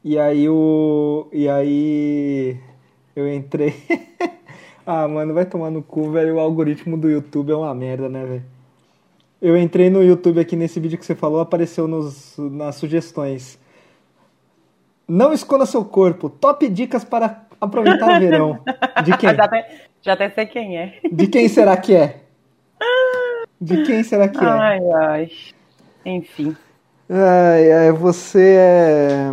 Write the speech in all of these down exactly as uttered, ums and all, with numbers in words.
E aí o. E aí. Eu entrei. Ah, mano, vai tomar no cu, velho. O algoritmo do YouTube é uma merda, né, velho? Eu entrei no YouTube aqui nesse vídeo que você falou, apareceu nos, nas sugestões. Não esconda seu corpo. Top dicas para aproveitar o verão. De quem? Já até, já até sei quem é. De quem será que é? De quem será que é? Ai, ai. Enfim. Ai, ai, você é...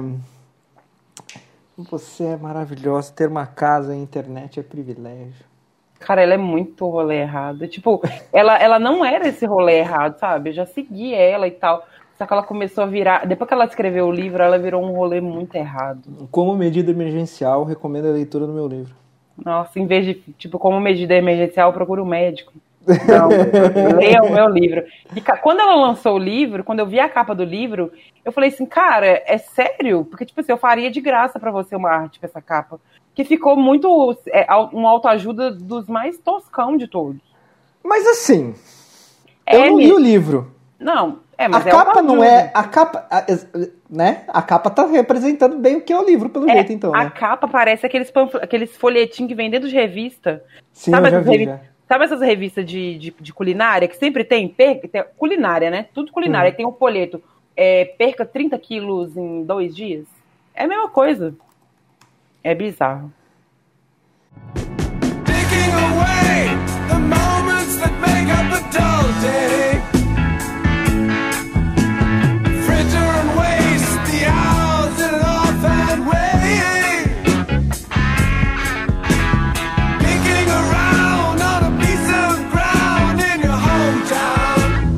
Você é maravilhosa. Ter uma casa e internet é privilégio. Cara, ela é muito rolê errado. Tipo, ela, ela não era esse rolê errado, sabe? Eu já segui ela e tal. Só que ela começou a virar... Depois que ela escreveu o livro, ela virou um rolê muito errado. Como medida emergencial, recomendo a leitura do meu livro. Nossa, em vez de, tipo, como medida emergencial, procura um médico. Não, leia o meu livro. E quando ela lançou o livro, quando eu vi a capa do livro, eu falei assim, cara, é sério? Porque, tipo assim, eu faria de graça pra você uma arte com essa capa. Que ficou muito... É, um autoajuda dos mais toscão de todos. Mas assim, É, eu não li mesmo. o livro. Não, é, mas a é capa não autoajuda. é... A capa, a- né? A capa tá representando bem o que é o livro, pelo É, jeito, então, a né? capa parece aqueles, panfl- aqueles folhetinhos que vem dentro de revista. Sim, Sabe eu já essas, vi, revi- já. sabe essas revistas de, de, de culinária que sempre tem? Per- tem- Culinária, né? Tudo culinária. Uhum. Aí tem um folheto. É, perca trinta quilos em dois dias. É a mesma coisa. É bizarro. Taking away the moments that make up a dull day. Fritter and waste the hours in an offhand way. Picking around on a piece of ground in your hometown.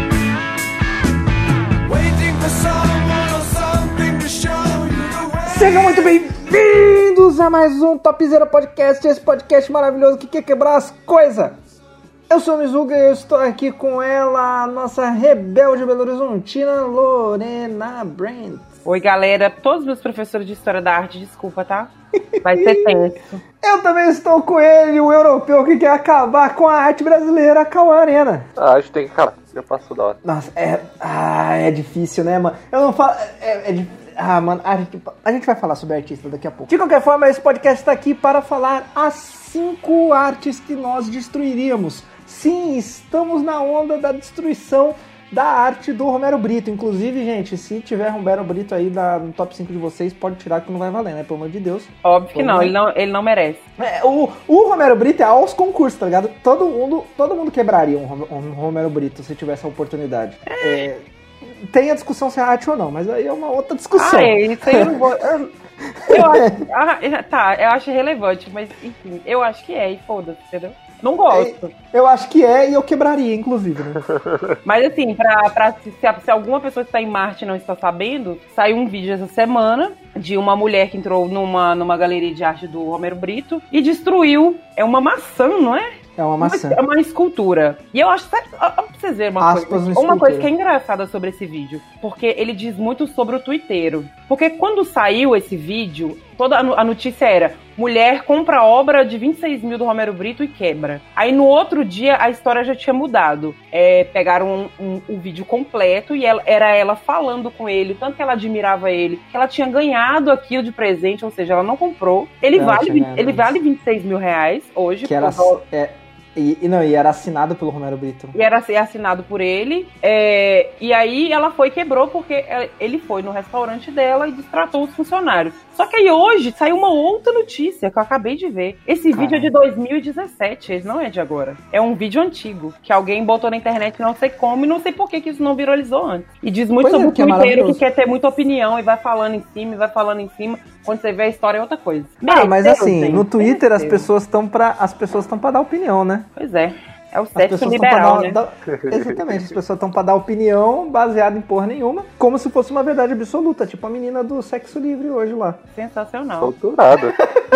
Waiting for someone or something to show you the way. Sejam muito bem-vindos a mais um Topzera Podcast, esse podcast maravilhoso que quer quebrar as coisas. Eu sou o Mizuga e eu estou aqui com ela, a nossa rebelde Belo Horizontina, Lorena Brent. Oi, galera. Todos os meus professores de História da Arte, desculpa, tá? Vai ser tenso. Eu também estou com ele, o europeu que quer acabar com a arte brasileira, Cauã Arena. Ah, acho que tem que acabar. Já passou da hora. Nossa, é, ah, é difícil, né, mano? Eu não falo... É, é difícil. Ah, mano, a gente, a gente vai falar sobre artista daqui a pouco. De qualquer forma, esse podcast está aqui para falar as cinco artes que nós destruiríamos. Sim, estamos na onda da destruição da arte do Romero Brito. Inclusive, gente, se tiver Romero Brito aí da, no top cinco de vocês, pode tirar que não vai valer, né? Pelo amor de Deus. Óbvio que Pelo não, amor- ele não, ele não merece. É, o, o Romero Brito é aos concursos, tá ligado? Todo mundo, todo mundo quebraria um, Rom- um Romero Brito se tivesse a oportunidade. É, tem a discussão se é arte ou não, mas aí é uma outra discussão. Ah, é, isso aí eu não vou... Eu, eu acho... Ah, tá, eu acho relevante, mas enfim, eu acho que é, e foda-se, entendeu? Não gosto. Eu acho que é e eu quebraria, inclusive, né? Mas assim, pra, pra, se, se alguma pessoa que está em Marte não está sabendo, saiu um vídeo essa semana de uma mulher que entrou numa, numa galeria de arte do Romero Brito e destruiu, é uma maçã, não é? É uma maçã. É uma escultura. E eu acho, sabe, ó, ó, pra vocês verem uma Aspas coisa, no uma coisa escultura. que é engraçada sobre esse vídeo, porque ele diz muito sobre o twitteiro. Porque quando saiu esse vídeo, toda a no- a notícia era: mulher compra obra de vinte e seis mil do Romero Brito e quebra. Aí no outro dia a história já tinha mudado. É, pegaram um, um- o vídeo completo e ela- era ela falando com ele, tanto que ela admirava ele, que ela tinha ganhado aquilo de presente, ou seja, ela não comprou. Ele, Ela vale, tinha vinte- ganhado ele isso. vale vinte e seis mil reais hoje. Que era, por- é, e, e não, e era assinado pelo Romero Brito. E era ser assinado por ele. é, e aí ela foi e quebrou porque ela- ele foi no restaurante dela e destratou os funcionários. Só que aí hoje saiu uma outra notícia que eu acabei de ver. Esse Caramba. vídeo é de dois mil e dezessete, esse não é de agora. É um vídeo antigo, que alguém botou na internet não sei como e não sei por que que isso não viralizou antes. E diz muito Pois é, sobre o porque é twitteiro que maravilhoso. quer ter muita opinião e vai falando em cima e vai falando em cima. Quando você vê a história é outra coisa. Ah, mas Mereceu, assim, gente, no Twitter as mereceu. pessoas estão pra, as pessoas estão pra dar opinião, né? Pois é. É o As sexo pessoas liberal, né? estão pra dar, dar- Exatamente, as pessoas estão pra dar opinião baseada em porra nenhuma, como se fosse uma verdade absoluta, tipo a menina do sexo livre hoje lá. Sensacional. Doutorado.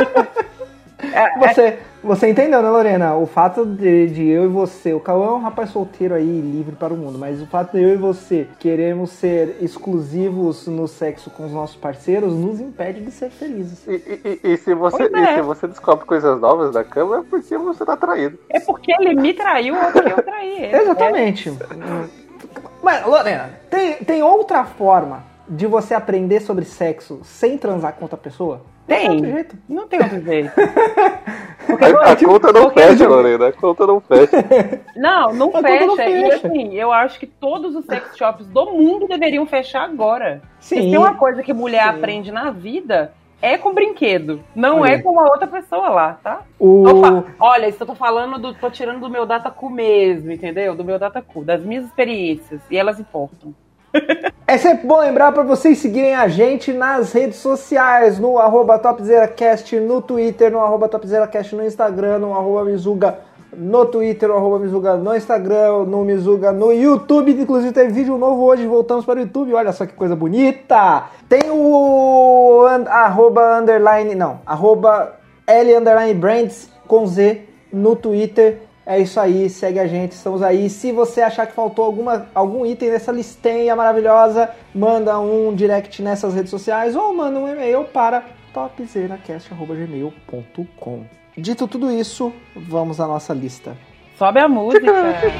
É, Você, você entendeu, né, Lorena? O fato de, de eu e você, o Cauã é um rapaz solteiro aí, livre para o mundo, mas o fato de eu e você queremos ser exclusivos no sexo com os nossos parceiros nos impede de ser felizes. E, e- e- e se você, Pois é. e se você descobre coisas novas da cama, é porque você tá traído. É porque ele me traiu ou porque eu traí ele. Exatamente. Mas, Lorena, tem, tem outra forma de você aprender sobre sexo sem transar com outra pessoa? Tem. Não tem outro jeito. Não tem outro jeito. Porque, A, a tipo, conta não porque- fecha, Lorena. A conta não fecha. Não, não A conta fecha. não E fecha. assim, eu acho que todos os sex shops do mundo deveriam fechar agora. Se Sim. tem uma coisa que mulher Sim. aprende na vida, é com brinquedo. Não Olha. é com a outra pessoa lá, tá? O... Opa, olha, isso eu tô falando, do, tô tirando do meu datacu mesmo, entendeu? Do meu datacu, das minhas experiências. E elas importam. É sempre bom lembrar para vocês seguirem a gente nas redes sociais, no arroba TopzeraCast no Twitter, no arroba TopzeraCast no Instagram, no arroba Mizuga no Twitter, no arroba Mizuga no Instagram, no Mizuga no YouTube. Inclusive teve vídeo novo hoje, voltamos para o YouTube, olha só que coisa bonita. Tem o and, arroba underline, não, arroba L underline brands com Z no Twitter. É isso aí, segue a gente, estamos aí. Se você achar que faltou alguma, algum item dessa listinha maravilhosa, manda um direct nessas redes sociais ou manda um e-mail para topzeracast arroba gmail ponto com. Dito tudo isso, vamos à nossa lista. Sobe a música.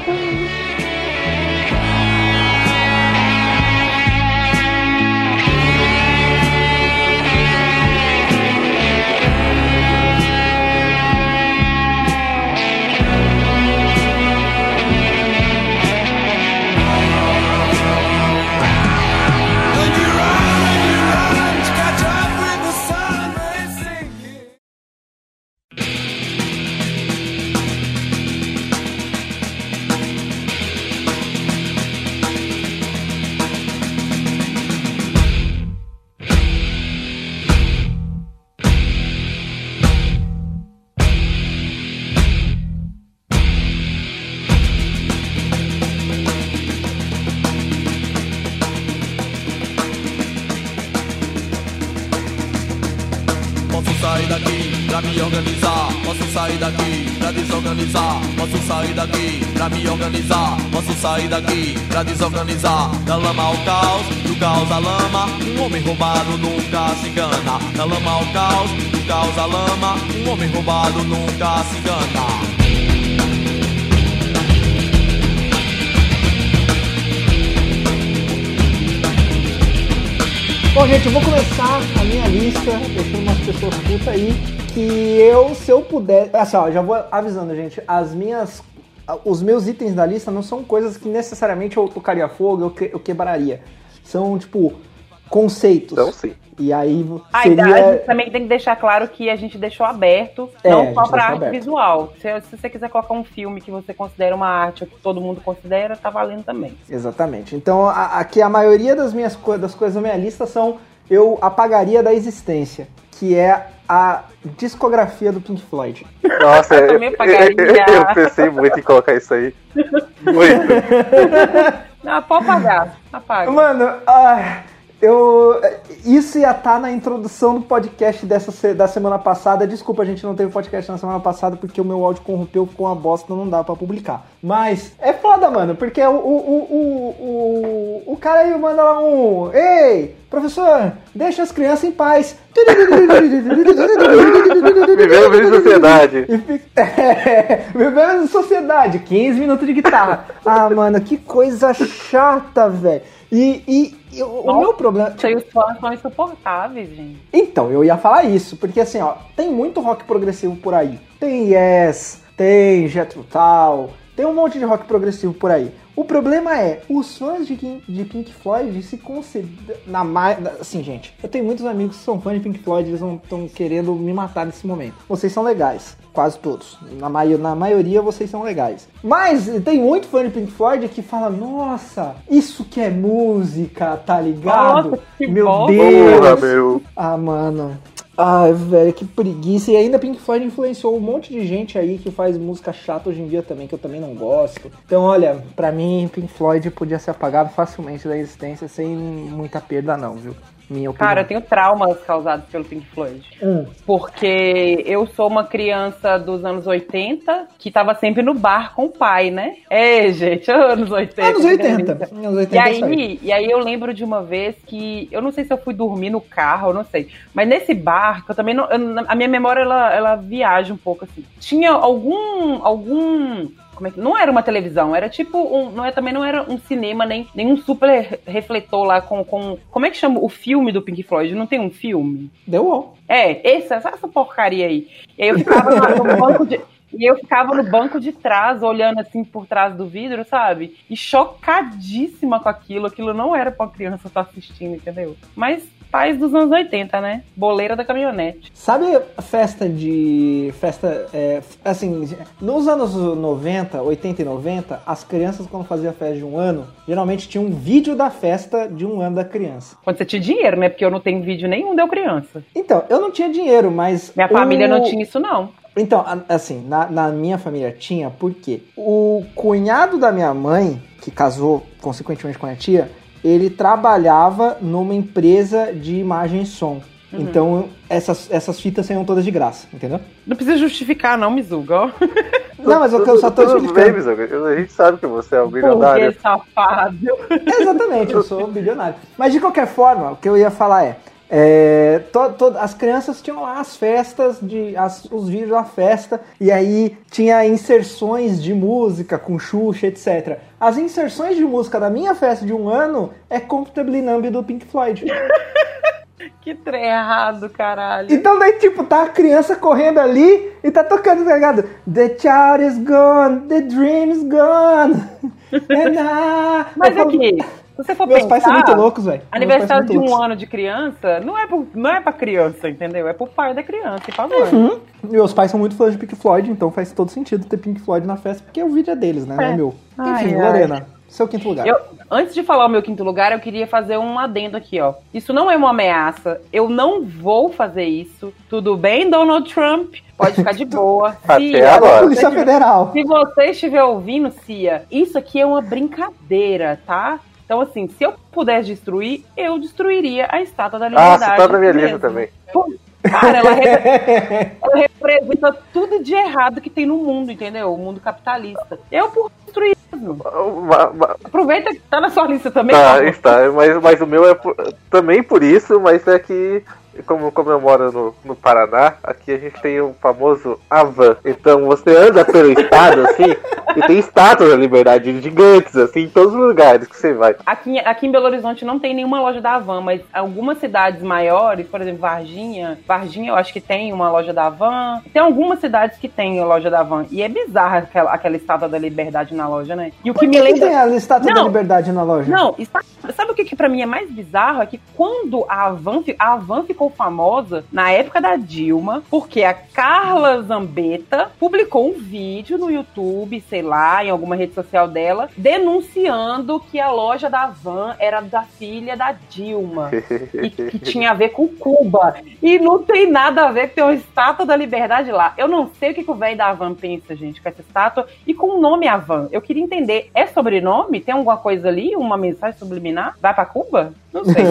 And you run and you run to catch up with the sun racing. Posso sair daqui pra me organizar. Posso sair daqui pra desorganizar. Posso sair daqui pra me organizar. Posso sair daqui pra desorganizar. Da lama ao caos, do caos à lama. Um homem roubado nunca se engana. Da lama ao caos, do caos à lama. Um homem roubado nunca se engana. Bom, gente, eu vou começar a minha lista, deixando umas pessoas putas aí, que eu, se eu puder... Assim, ó, já vou avisando, gente, as minhas... Os meus itens da lista não são coisas que necessariamente eu tocaria fogo, eu, que, eu quebraria. São, tipo, conceitos. Então, sim. E aí Ah, seria... e a gente também tem que deixar claro que a gente deixou aberto, É, a não gente só pra deixou arte aberto. visual. Se, se você quiser colocar um filme que você considera uma arte ou que todo mundo considera, tá valendo também. Exatamente. Então, a- aqui a maioria das minhas co- das coisas da minha lista são eu apagaria da existência, que é a discografia do Pink Floyd. Nossa, Eu eu, também pagaria. eu pensei muito em colocar isso aí. Muito. Não, pode apagar, apaga. Mano, ah, eu isso ia estar na introdução do podcast dessa se- da semana passada. Desculpa, a gente não teve podcast na semana passada porque o meu áudio corrompeu, ficou uma bosta, não dá pra publicar. Mas é foda, mano, porque o, o, o, o, o, o cara aí manda lá um: ei, professor, deixa as crianças em paz. Vivemos em sociedade. E fica... É, vivemos em sociedade, quinze minutos de guitarra. Ah, mano, que coisa chata, velho. E, e, e o, o meu problema... Sei, os fãs são insuportáveis, gente. Então, eu ia falar isso, porque assim, ó, tem muito rock progressivo por aí. Tem Yes, tem Jethro Tull, tem um monte de rock progressivo por aí. O problema é, os fãs de, Kim- de Pink Floyd se consideram... Na ma... Assim, gente, eu tenho muitos amigos que são fãs de Pink Floyd, eles não estão querendo me matar nesse momento. Vocês são legais, quase todos. Na, mai... Na maioria, vocês são legais. Mas tem muito fã de Pink Floyd que fala, nossa, isso que é música, tá ligado? Nossa, que meu bosta. Deus! Porra, meu. Ah, mano. Ai, velho, que preguiça. E ainda Pink Floyd influenciou um monte de gente aí que faz música chata hoje em dia também, que eu também não gosto. Então, olha, pra mim, Pink Floyd podia ser apagado facilmente da existência sem muita perda não, viu? Minha opinião. Cara, eu tenho traumas causados pelo Pink Floyd. Hum. Porque eu sou uma criança dos anos oitenta que tava sempre no bar com o pai, né? É, gente, anos oitenta. Anos que oitenta. delícia. Anos oitenta E isso aí. aí, e aí eu lembro de uma vez que, eu não sei se eu fui dormir no carro, eu não sei, mas nesse bar, que eu também não, eu- a minha memória, ela, ela viaja um pouco assim. Tinha algum, algum, como é que, não era uma televisão, era tipo um, não é, também não era um cinema, nem, nem um super refletor lá com, com, como é que chama o filme do Pink Floyd? Não tem um filme? The Wall. É, essa, essa porcaria aí. E aí eu ficava no, no banco de... E eu ficava no banco de trás, olhando assim por trás do vidro, sabe? E chocadíssima com aquilo. Aquilo não era pra uma criança estar assistindo, entendeu? Mas pais dos anos oitenta, né? Boleira da caminhonete. Sabe a festa de... Festa, é, assim, nos anos noventa, oitenta e noventa, as crianças, quando faziam a festa de um ano, geralmente tinha um vídeo da festa de um ano da criança. Quando você tinha dinheiro, né? Porque eu não tenho vídeo nenhum de eu criança. Então, eu não tinha dinheiro, mas... Minha o... família não tinha isso, não. Então, assim, na, na minha família tinha, porque o cunhado da minha mãe, que casou consequentemente com a minha tia, ele trabalhava numa empresa de imagem e som. Uhum. Então, essas, essas fitas saíam todas de graça, entendeu? Não precisa justificar, não, Mizuga. Não, mas eu só tô Tudo explicando. bem, Mizuga. A gente sabe que você é um bilionário. Porque safado. Exatamente, eu sou um bilionário. Mas, de qualquer forma, o que eu ia falar é... É, to, to, as crianças tinham lá as festas, de, as, os vídeos da festa, e aí tinha inserções de música com Xuxa, etcétera. As inserções de música da minha festa de um ano é Comfortably Numb do Pink Floyd. Que trem errado, caralho. Então daí, tipo, tá a criança correndo ali e tá tocando, tá ligado? The child is gone, the dream is gone. And I... Mas aqui... Se você for Meus pensar, pais são muito loucos, velho. Aniversário de um loucos. ano de criança não é, pro, não é pra criança, entendeu? É pro pai da criança e pra mãe. Uhum. Meus pais são muito fãs de Pink Floyd, então faz todo sentido ter Pink Floyd na festa, porque o vídeo é deles, né? É. Não é meu. Ai, Enfim, ai. Lorena, seu quinto lugar. Eu, antes de falar o meu quinto lugar, eu queria fazer um adendo aqui, ó. Isso não é uma ameaça. Eu não vou fazer isso. Tudo bem, Donald Trump? Pode ficar de boa. Até Cia, agora. Polícia Federal. Se você estiver ouvindo, Cia, isso aqui é uma brincadeira, tá? Então, assim, se eu pudesse destruir, eu destruiria a Estátua da Ah, Liberdade. você tá na minha mesmo. lista também. Pô, cara, ela, repre- ela representa tudo de errado que tem no mundo, entendeu? O mundo capitalista. Eu por destruir mesmo. Uma- uma- Aproveita que tá na sua lista também. Tá, por favor. está. Mas, mas o meu é por- também por isso, mas é que, como, como eu moro no, no Paraná, aqui a gente tem o famoso Avan. Então você anda pelo estado, assim, e tem estátuas da liberdade gigantes, assim, em todos os lugares que você vai. Aqui, aqui em Belo Horizonte não tem nenhuma loja da Havan, mas algumas cidades maiores, por exemplo, Varginha, Varginha eu acho que tem uma loja da Havan. Tem algumas cidades que tem a loja da Havan. E é bizarra aquela, aquela estátua da liberdade na loja, né? E o que Por me que, que lembra... tem a estátua da Não. Liberdade na loja? Não, está... sabe o que, que pra mim é mais bizarro? É que quando a Havan, fi- a Havan ficou famosa na época da Dilma, porque a Carla Zambetta publicou um vídeo no YouTube, sei lá, em alguma rede social dela, denunciando que a loja da Havan era da filha da Dilma e que tinha a ver com Cuba. E não tem nada a ver com ter uma estátua da liberdade lá. Eu não sei o que, que o velho da Havan pensa, gente, com essa estátua e com o nome Havan. Eu queria entender, é sobrenome? Tem alguma coisa ali? Uma mensagem subliminar? Vai pra Cuba? Não sei.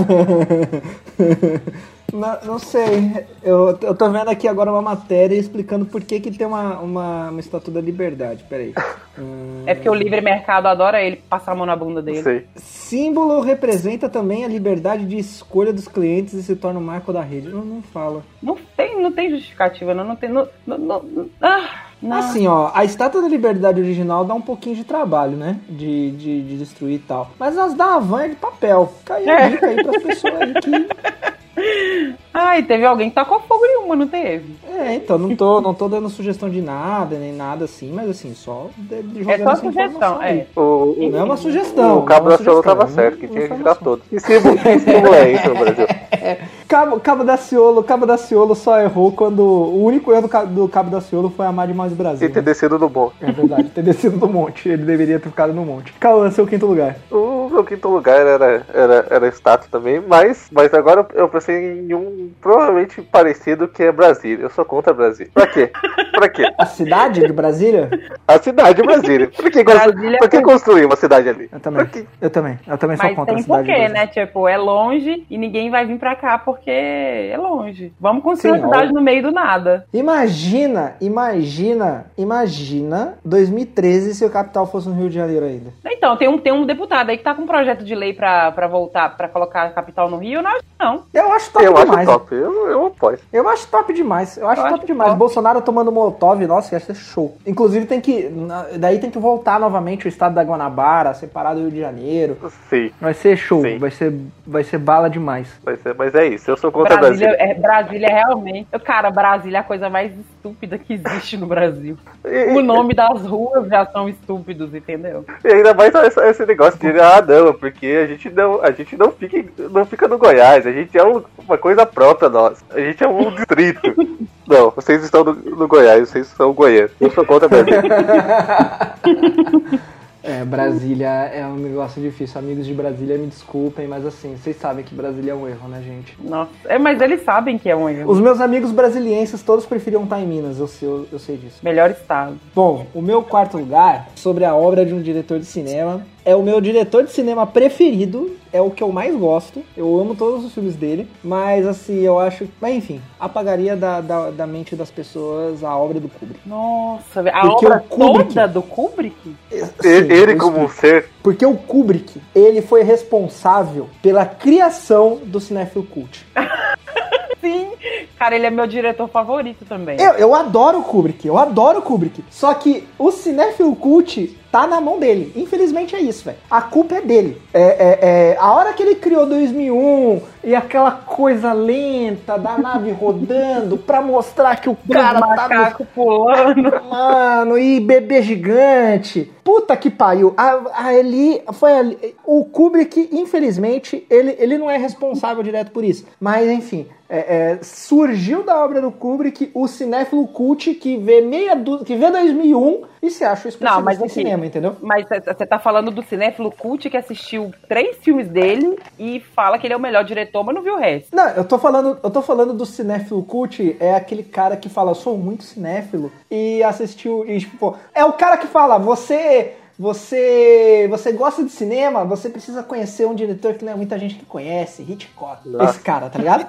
Não, não sei. Eu, eu tô vendo aqui agora uma matéria explicando por que, que tem uma, uma, uma estátua da liberdade. Peraí. Hum... É porque o livre mercado adora ele passar a mão na bunda dele. Não sei. Símbolo representa também a liberdade de escolha dos clientes e se torna o marco da rede. Não, não fala. Não tem, não tem justificativa, não, não tem. Não, não, não, ah, não. Assim, ó, a estátua da liberdade original dá um pouquinho de trabalho, né? De, de, de destruir e tal. Mas as da Havan é de papel. Caiu a dica aí pras pessoas aí que... Ai, teve alguém que tacou fogo em uma, não teve? É, então, não tô, não tô dando sugestão de nada, nem nada assim, mas assim, só de, de jogando É só essa sugestão, informação aí. é. O, o, Não é uma sugestão. o Cabo não é da uma Ciolo tava sugestão, certo, é que uma tinha que tirar informação. todos. Que símbolo, que símbolo é isso no Brasil? Cabo, Cabo da Ciolo, Cabo da Ciolo só errou quando o único erro do, Ca- do Cabo da Ciolo foi amar demais o Brasil. E ter né? descido no bom. É verdade, ter descido do monte. Ele deveria ter ficado no monte. Cauã, seu quinto lugar. O meu quinto lugar era, era, era estátua também, mas, mas agora eu pensei em um provavelmente parecido que é Brasília. Eu sou contra Brasília. Pra quê? Pra quê? A cidade de Brasília? A cidade de Brasília. Por que, constru... Brasília Por que é- construir uma cidade ali? Eu também. Pra quê? Eu também. Eu também sou Mas contra a tem cidade de porquê, Brasília. né? Tipo, é longe e ninguém vai vir pra cá porque é longe. Vamos construir Sim, uma cidade ó. no meio do nada. Imagina, imagina, imagina dois mil e treze se o capital fosse no Rio de Janeiro ainda. Então, tem um, tem um deputado aí que tá com um projeto de lei pra, pra voltar, pra colocar a capital no Rio. Eu não acho que não. Eu acho top Eu acho demais. top. Eu, eu apoio. Eu acho top demais. Eu acho Eu top acho demais. top. Bolsonaro tomando mo- Molotov, nossa, ia ser show. Inclusive tem que, na- daí tem que voltar novamente o estado da Guanabara, separar do Rio de Janeiro. Sim, Vai ser show, Sim. vai ser, vai ser bala demais. mas é, mas é isso. Eu sou contra a Brasília, Brasília. é, Brasília é realmente. Cara, Brasília é a coisa mais estúpida que existe no Brasil. E, O nome das ruas já são estúpidos, entendeu? e ainda mais essa- esse negócio de ah, não, porque a gente não, a gente não fica, em- não fica no Goiás, a gente é um- uma coisa própria nossa. A gente é um distrito. Não, vocês estão no, no Goiás, vocês são goianos. Eu sou contra a Brasília. É, Brasília é um negócio difícil. Amigos de Brasília, me desculpem, mas assim, vocês sabem que Brasília é um erro, né, gente? Nossa. É, mas eles sabem que é um erro. Os meus amigos brasilienses todos preferiam estar em Minas, eu sei, eu, eu sei disso. Melhor estado. Bom, o meu quarto lugar, sobre a obra de um diretor de cinema, é o meu diretor de cinema preferido, é o que eu mais gosto. Eu amo todos os filmes dele, mas assim, eu acho... Mas enfim, apagaria da, da, da mente das pessoas a obra do Kubrick. Nossa, a Porque obra o Kubrick- toda do Kubrick? Sim, ele ele eu como um explico. ser, Porque o Kubrick, ele foi responsável pela criação do cinéfilo cult. Sim. Cara, ele é meu diretor favorito também. Eu, eu adoro o Kubrick, eu adoro o Kubrick. Só que o cinéfilo cult tá na mão dele. Infelizmente é isso, velho. A culpa é dele. É, é, é, a hora que ele criou dois mil e um e aquela coisa lenta da nave rodando pra mostrar que o cara tá no... macaco pulando. Mano, e bebê gigante. Puta que pariu. A, a ali, foi ali. O Kubrick, infelizmente, ele, ele não é responsável direto por isso. Mas, enfim, é, é, surgiu da obra do Kubrick o cinéfilo cult que vê, meia du... que vê dois mil e um e se acha o Não, mas especialista em aqui, cinema, entendeu? Mas você tá falando do cinéfilo cult que assistiu três filmes dele e fala que ele é o melhor diretor, mas não viu o resto. Não, eu tô falando, eu tô falando do cinéfilo cult, é aquele cara que fala, eu sou muito cinéfilo e assistiu, e tipo, é o cara que fala, você, você, você gosta de cinema, você precisa conhecer um diretor que não é muita gente que conhece, Hitchcock. Nossa. Esse cara, tá ligado?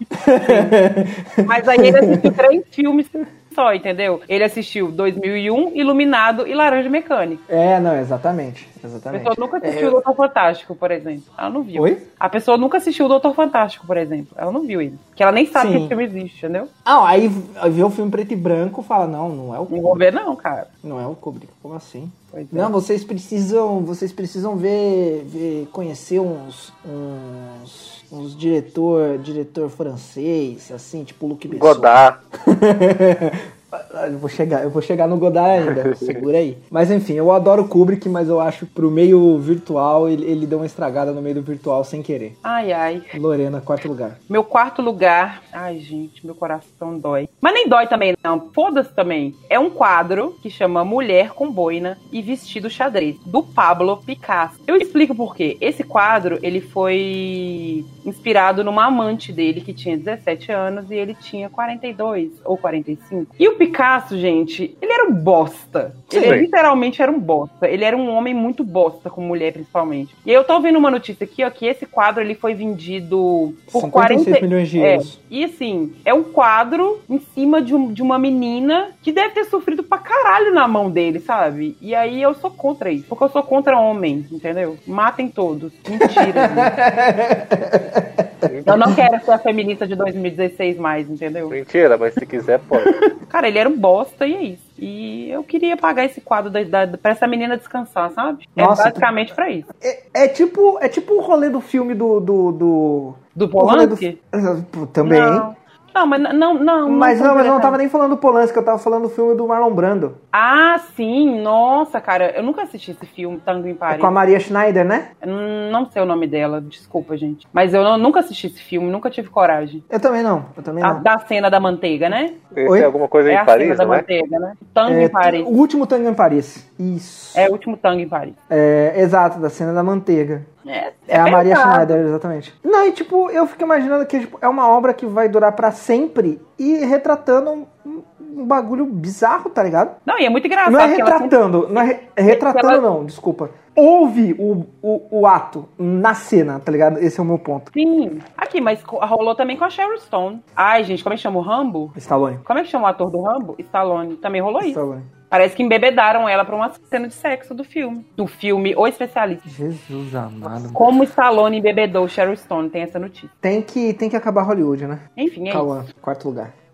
Mas aí ele assistiu três filmes só, entendeu? Ele assistiu dois mil e um, Iluminado e Laranja Mecânica. É, não, exatamente, A exatamente. pessoa nunca assistiu É, o Doutor Fantástico, por exemplo. Ela não viu. Oi? A pessoa nunca assistiu o Doutor Fantástico, por exemplo. Ela não viu ele. Que ela nem sabe Sim. que esse filme existe, entendeu? Ah, aí vê o filme preto e branco e fala, não, não é o Não Kubrick. vou ver não, cara. Não é o Kubrick, como assim? Pois é. Não, vocês precisam, vocês precisam ver, ver conhecer uns, uns, uns diretor, diretor francês, assim, tipo Luc Besson. Godard. Eu vou chegar, eu vou chegar no Godard ainda, segura aí. Mas enfim, eu adoro o Kubrick, mas eu acho que pro meio virtual ele, ele deu uma estragada no meio do virtual sem querer. Ai, ai. Lorena, quarto lugar. Meu quarto lugar. Ai, gente, meu coração dói. Mas nem dói também, não. Foda-se também. É um quadro que chama Mulher com Boina e Vestido Xadrez, do Pablo Picasso. Eu explico por quê. Esse quadro, ele foi inspirado numa amante dele que tinha dezessete anos e ele tinha quarenta e dois ou quarenta e cinco. E o Picasso, gente, ele era um bosta. Ele Sim. literalmente era um bosta. Ele era um homem muito bosta, com mulher principalmente. E eu tô vendo uma notícia aqui, ó, que esse quadro ele foi vendido por cinquenta e seis quarenta milhões de É, euros. e assim, é um quadro em cima de, um- de uma menina que deve ter sofrido pra caralho na mão dele, sabe? E aí eu sou contra isso, porque eu sou contra homem, entendeu? Matem todos. Mentira. gente. Eu não quero ser a feminista de dois mil e dezesseis mais, entendeu? Mentira, mas se quiser, pode. Cara, ele era um bosta e é isso. E eu queria pagar esse quadro da, da, pra essa menina descansar, sabe? Nossa, é basicamente pra isso. É, é tipo, é tipo o rolê do filme do... Do, do... Do o rolê do- Polanski? Também. Não. Não, mas n- não, não. Mas foi não, mas eu não diretamente. tava nem falando do Polanski, eu tava falando do filme do Marlon Brando. Ah, sim, nossa, cara, eu nunca assisti esse filme, Tango em É Paris. com a Maria Schneider, né? Hum, Não sei o nome dela, desculpa, gente. Mas eu não- nunca assisti esse filme, nunca tive coragem. Eu também não, eu também A, não. da cena da manteiga, né? Esse Oi? é alguma coisa é em a Paris, cena da não é? manteiga, né? Tango É, em Paris. o último Tango em Paris. Isso. É o último Tango em Paris. É, exato, da cena da manteiga. É, É, a Maria pesado. Schneider, exatamente. Não, e tipo, eu fico imaginando que tipo, é uma obra que vai durar pra sempre e retratando um, um bagulho bizarro, tá ligado? Não, e é muito engraçado. Não é que ela sempre- retratando, não é re- é retratando ela- não, desculpa. Houve o, o, o ato na cena, tá ligado? Esse é o meu ponto. Sim. Aqui, mas co- rolou também com a Sharon Stone. Ai, gente, como é que chama o Rambo? Stallone. Como é que chama o ator do Rambo? Stallone. Também rolou isso. Stallone. Parece que embebedaram ela pra uma cena de sexo do filme. Do filme O Especialista. Jesus amado. Como Stallone embebedou Sharon Stone, tem essa notícia. Tem que, tem que acabar Hollywood, né? Enfim, é Cauã, isso. quarto lugar. Um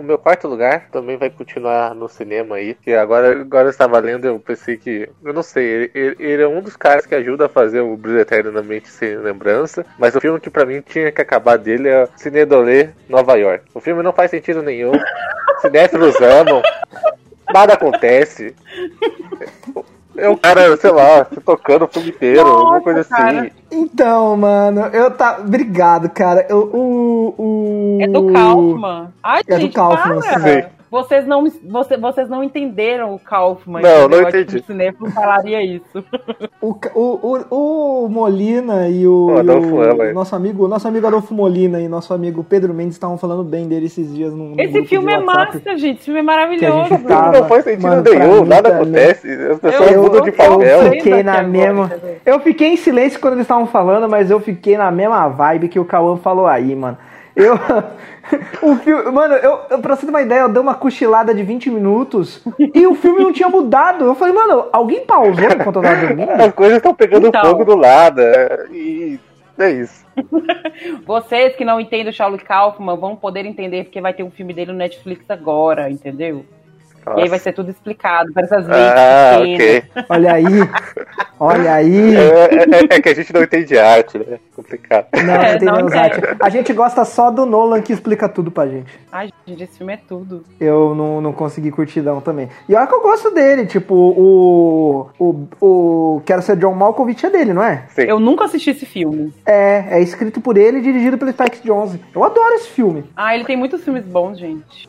o meu quarto lugar também vai continuar no cinema aí. Que agora, agora eu estava lendo, eu pensei que. Eu não sei, ele, ele, ele é um dos caras que ajuda a fazer o Brilho Eterno na Mente Sem Lembrança. Mas o filme que pra mim tinha que acabar dele é Cinedolé Nova York. O filme não faz sentido nenhum. Cinéfilos amam. Nada acontece. É um cara, sei lá, tocando o filme inteiro, Nossa, alguma coisa cara. assim. Então, mano, eu tá. Obrigado, cara. Eu, o, o... É do Kaufman. Ai, É do gente, Kaufman, para. sim. Vocês não, você, vocês não entenderam o Kaufman. Não, não entendeu? Acho que entendi. O cinéfilo falaria isso. O, o, o, o Molina e o, O Adolfo e ama, o é. nosso amigo, nosso amigo Adolfo Molina e nosso amigo Pedro Mendes estavam falando bem dele esses dias no, no Esse grupo filme de é WhatsApp. massa, gente. Esse filme é Que a maravilhoso. gente O tá- filme não faz sentido Mano, pra nenhum, mim nada também. acontece. As pessoas Eu- mudam de eu- papel. Eu sei fiquei daqui na agora, mesma. entendeu? Eu fiquei em silêncio quando eles estavam falando, mas eu fiquei na mesma vibe que o Cauã falou aí, mano. Eu. O filme. Mano, eu, eu, pra você ter uma ideia, eu dei uma cochilada de vinte minutos e o filme não tinha mudado. Eu falei, mano, alguém pausou enquanto eu tava dormindo? As coisas estão pegando Então. fogo do lado. é, E é isso. Vocês que não entendem o Charlie Kaufman vão poder entender porque vai ter um filme dele no Netflix agora, entendeu? E aí vai ser tudo explicado para essas vezes Ah, pequenas. ok. Olha aí. Olha aí. É, é- é que a gente não entende arte, né? Complicado. Não, É, não tem não nem entendo. arte. A gente gosta só do Nolan que explica tudo pra gente. Ai, gente, esse filme é tudo. Eu não, não consegui curtir não também. E olha que eu gosto dele, tipo, o. O. o Quero Ser John Malkovich é dele, não é? Sim. Eu nunca assisti esse filme. É, é escrito por ele e dirigido pelo Spike Jonze. Eu adoro esse filme. Ah, ele tem muitos filmes bons, gente.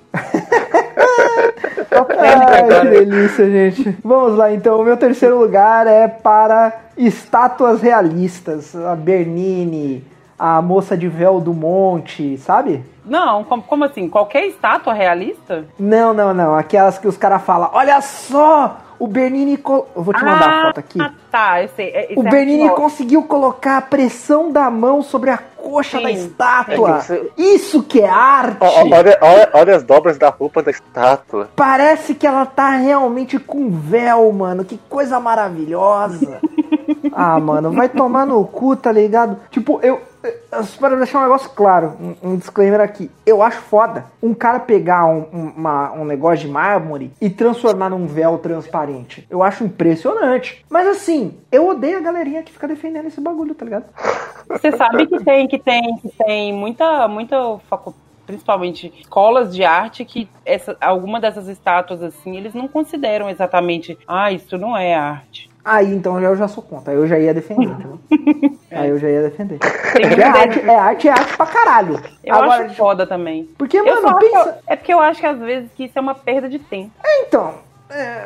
Ai, que delícia, gente. Vamos lá, então. O meu terceiro lugar é para estátuas realistas. A Bernini, a moça de véu do monte, sabe? Não, como, como assim? Qualquer estátua realista? Não, não, não. Aquelas que os caras falam, olha só, o Bernini... col-" Eu vou te mandar a foto aqui. Ah, tá, eu sei. É- O esse é Bernini arqueólogo. conseguiu colocar a pressão da mão sobre a coxa Sim. da estátua. É que você- Isso que é arte. Ó, ó, olha, olha, olha as dobras da roupa da estátua. Parece que ela tá realmente com véu, mano. Que coisa maravilhosa. Ah, mano, vai tomar no cu, tá ligado? Tipo, eu... eu- Para deixar um negócio claro, um, um disclaimer aqui. Eu acho foda um cara pegar um, um- uma- um negócio de mármore e transformar num véu transparente. Eu acho impressionante. Mas assim, eu odeio a galerinha que fica defendendo esse bagulho, tá ligado? Você sabe que tem, que tem, que tem muita, muita facu- principalmente escolas de arte que essa, alguma dessas estátuas assim, eles não consideram exatamente, ah, isso não é arte. Aí então eu já sou contra, aí eu já ia defender, entendeu? Aí eu já ia defender. Tem Porque é arte, é arte, é arte pra caralho. Eu Agora, acho foda também. porque, Eu mano, só acho pensa. que- é porque eu acho que às vezes que isso é uma perda de tempo. Então, é,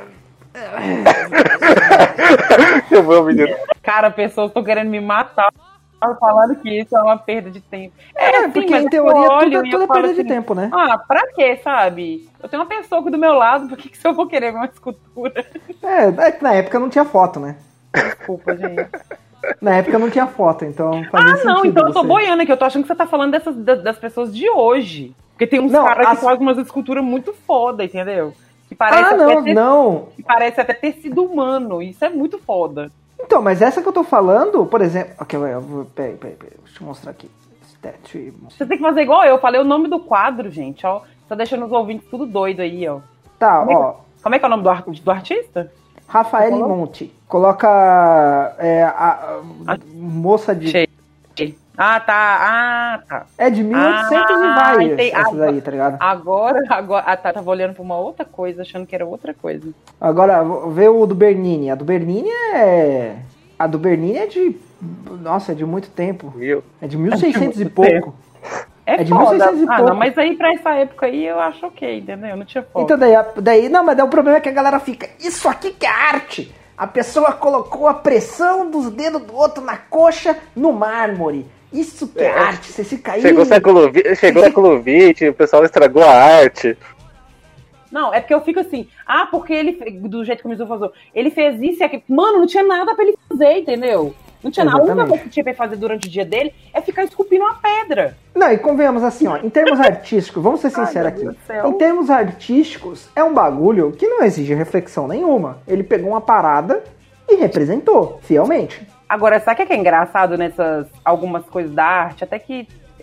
Eu vou, menino. Cara, pessoas estão querendo me matar falando que isso é uma perda de tempo. É, assim, porque mas em eu teoria olho tudo, e é- tudo eu é falo perda de assim, tempo, né? Ah, pra quê, sabe? Eu tenho uma pessoa aqui do meu lado, por que, que se eu vou querer ver uma escultura? É, é que na época não tinha foto, né? Desculpa, gente. Na época não tinha foto, então fazia Ah, sentido. não, então eu tô você- boiando aqui. Eu tô achando que você tá falando dessas, das, das pessoas de hoje. Porque tem uns Não, caras as- que fazem umas esculturas muito foda, entendeu? Que parece, Ah, até não, ter, não. que parece até ter sido humano. Isso é muito foda. Então, mas essa que eu tô falando, por exemplo... Ok, eu vou... Peraí, peraí, peraí. Deixa eu mostrar aqui. Statue... Você tem que fazer igual eu. Falei o nome do quadro, gente, ó. Tá deixando os ouvintes tudo doido aí, ó. Tá, Como é que- ó. Como é que é o nome do, ar- do artista? Rafael Falou? Monte. Coloca... É, a, a Ah, moça de... Achei. Ah, tá. Ah, tá. É de mil e oitocentos Ah, e vai entendi. essa Agora- daí, tá ligado? Agora, agora. Ah, tá. Tava olhando pra uma outra coisa, achando que era outra coisa. Agora, vê o do Bernini. A do Bernini é... A do Bernini é de... Nossa, é de muito tempo. Viu? É de mil e seiscentos e muito pouco. É, É de foda. mil e seiscentos e Ah, pouco. não, mas aí pra essa época aí eu acho ok, entendeu? Eu não tinha foto. Então daí, daí... Não, mas daí o problema é que a galera fica... Isso aqui que é arte! A pessoa colocou a pressão dos dedos do outro na coxa no mármore. Isso que é, É. arte. Você fica aí... Chegou o século vinte, chegou o século vinte, o pessoal estragou a arte. Não, é porque eu fico assim, ah, porque ele, fe- do jeito que o Mizu falou, ele fez isso e aquilo. Mano, não tinha nada pra ele fazer, entendeu? Não tinha nada. A única Exatamente. coisa que tinha pra ele fazer durante o dia dele é ficar esculpindo uma pedra. Não, e convenhamos assim, ó, em termos artísticos, vamos ser Ai, sinceros meu Deus aqui. do céu. Em termos artísticos, é um bagulho que não exige reflexão nenhuma. Ele pegou uma parada e representou, fielmente. Agora, sabe o que é engraçado nessas algumas coisas da arte? Até que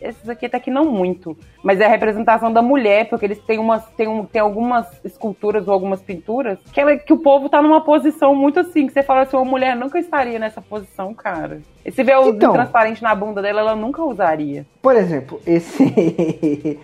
esses aqui até que não muito. Mas é a representação da mulher, porque eles têm, umas, têm, um, têm algumas esculturas ou algumas pinturas que, ela, que o povo tá numa posição muito assim, que você fala assim, uma mulher nunca estaria nessa posição, cara. E se vê o Então. transparente na bunda dela, ela nunca usaria. Por exemplo, esse...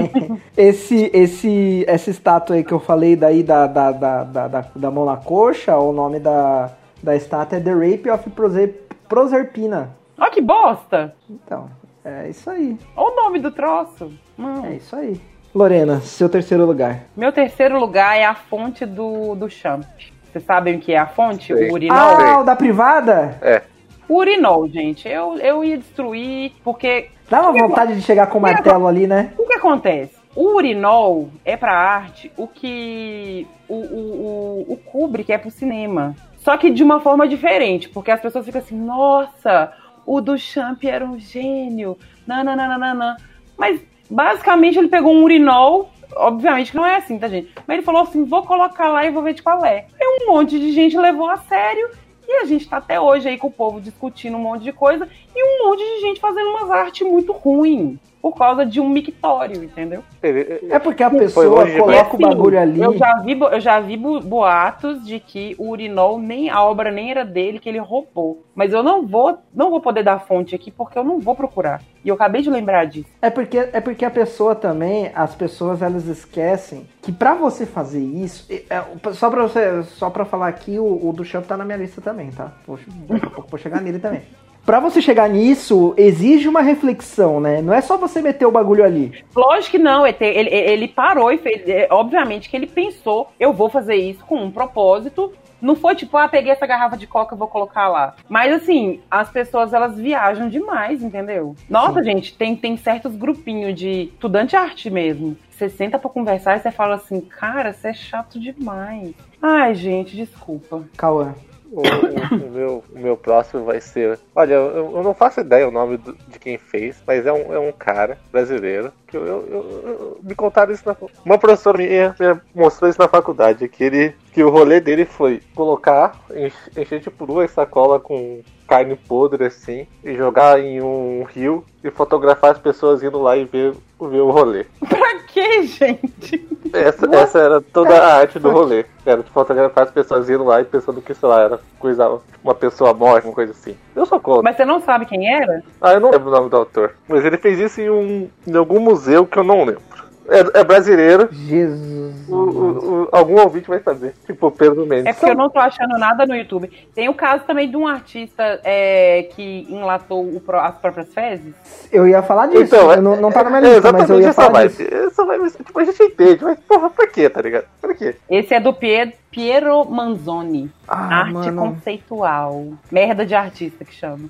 esse, esse, essa estátua aí que eu falei daí da, da, da, da, da, da mão na coxa, o nome da, da estátua é The Rape of Proser, Proserpina. Ó que bosta! Então, é isso aí. Olha o nome do troço. Hum. É isso aí. Lorena, seu terceiro lugar. Meu terceiro lugar é a fonte do, do Champ. Vocês sabem o que é a fonte? Sei. O urinol? Ah, o da privada? É. O urinol, gente. Eu, eu ia destruir, porque... Dá uma vontade de chegar com o martelo ali, né? O que acontece? O urinol é pra arte o que o, o, o, o Kubrick é pro cinema. Só que de uma forma diferente, porque as pessoas ficam assim, nossa, o Duchamp era um gênio, nananana. Mas basicamente ele pegou um urinol, obviamente que não é assim, tá, gente? Mas ele falou assim, vou colocar lá e vou ver de qual é. Aí um monte de gente levou a sério. E a gente tá até hoje aí com o povo discutindo um monte de coisa e um monte de gente fazendo umas artes muito ruins por causa de um mictório, entendeu? É porque a Foi pessoa longe coloca o E, assim, bagulho ali. Eu já vi, bo- eu já vi bo- boatos de que o urinol, nem a obra nem era dele, que ele roubou. Mas eu não vou, não vou poder dar fonte aqui porque eu não vou procurar. E eu acabei de lembrar disso. É porque, é porque a pessoa também, as pessoas elas esquecem que pra você fazer isso, é, é, só pra você, só pra falar aqui, o, o Duchamp tá na minha lista também, tá? Vou, daqui a pouco vou chegar nele também. Pra você chegar nisso, exige uma reflexão, né? Não é só você meter o bagulho ali. Lógico que não, ele, ele, ele parou e fez. é, Obviamente que ele pensou, eu vou fazer isso com um propósito. Não foi tipo, ah, peguei essa garrafa de coca e vou colocar lá. Mas assim, as pessoas elas viajam demais, entendeu? Nossa, Sim. gente, tem, tem certos grupinhos de estudante de arte mesmo. Você senta pra conversar e você fala assim, cara, você é chato demais. Ai, gente, desculpa. Cauã. O, o- o meu, o meu próximo vai ser. Olha, eu, eu não faço ideia o nome do- de quem fez, mas é um, é um cara brasileiro. Que eu, eu- eu- eu- me contaram isso na. Uma professora minha, minha mostrou isso na faculdade. Que, ele, que o rolê dele foi colocar, enche- encher tipo duas sacolas com carne podre assim, e jogar em um rio e fotografar as pessoas indo lá e ver, ver o rolê. Pra quê, gente? Essa, essa era toda a arte do rolê. Era de fotografar as pessoas indo lá e pensando que, sei lá, era coisa, uma pessoa morta, uma coisa assim. Eu sou contra. Mas você não sabe quem era? Ah, eu não lembro o nome do autor. Mas ele fez isso em, um, em algum museu que eu não lembro. É, é brasileiro. Jesus. O, o, o, algum ouvinte vai saber. Tipo, Pedro Mendes. É porque eu não tô achando nada no YouTube. Tem o caso também de um artista é, que enlatou o pró- as próprias fezes. Eu ia falar disso. Então, eu não, não tá na minha é, lista, mas eu exatamente ia essa falar vibe. disso. Essa vibe, tipo, a gente entende, mas porra, por quê, tá ligado? Por quê? Esse é do Pier- Piero Manzoni. Ah, Arte mano. conceitual. Merda de artista que chama.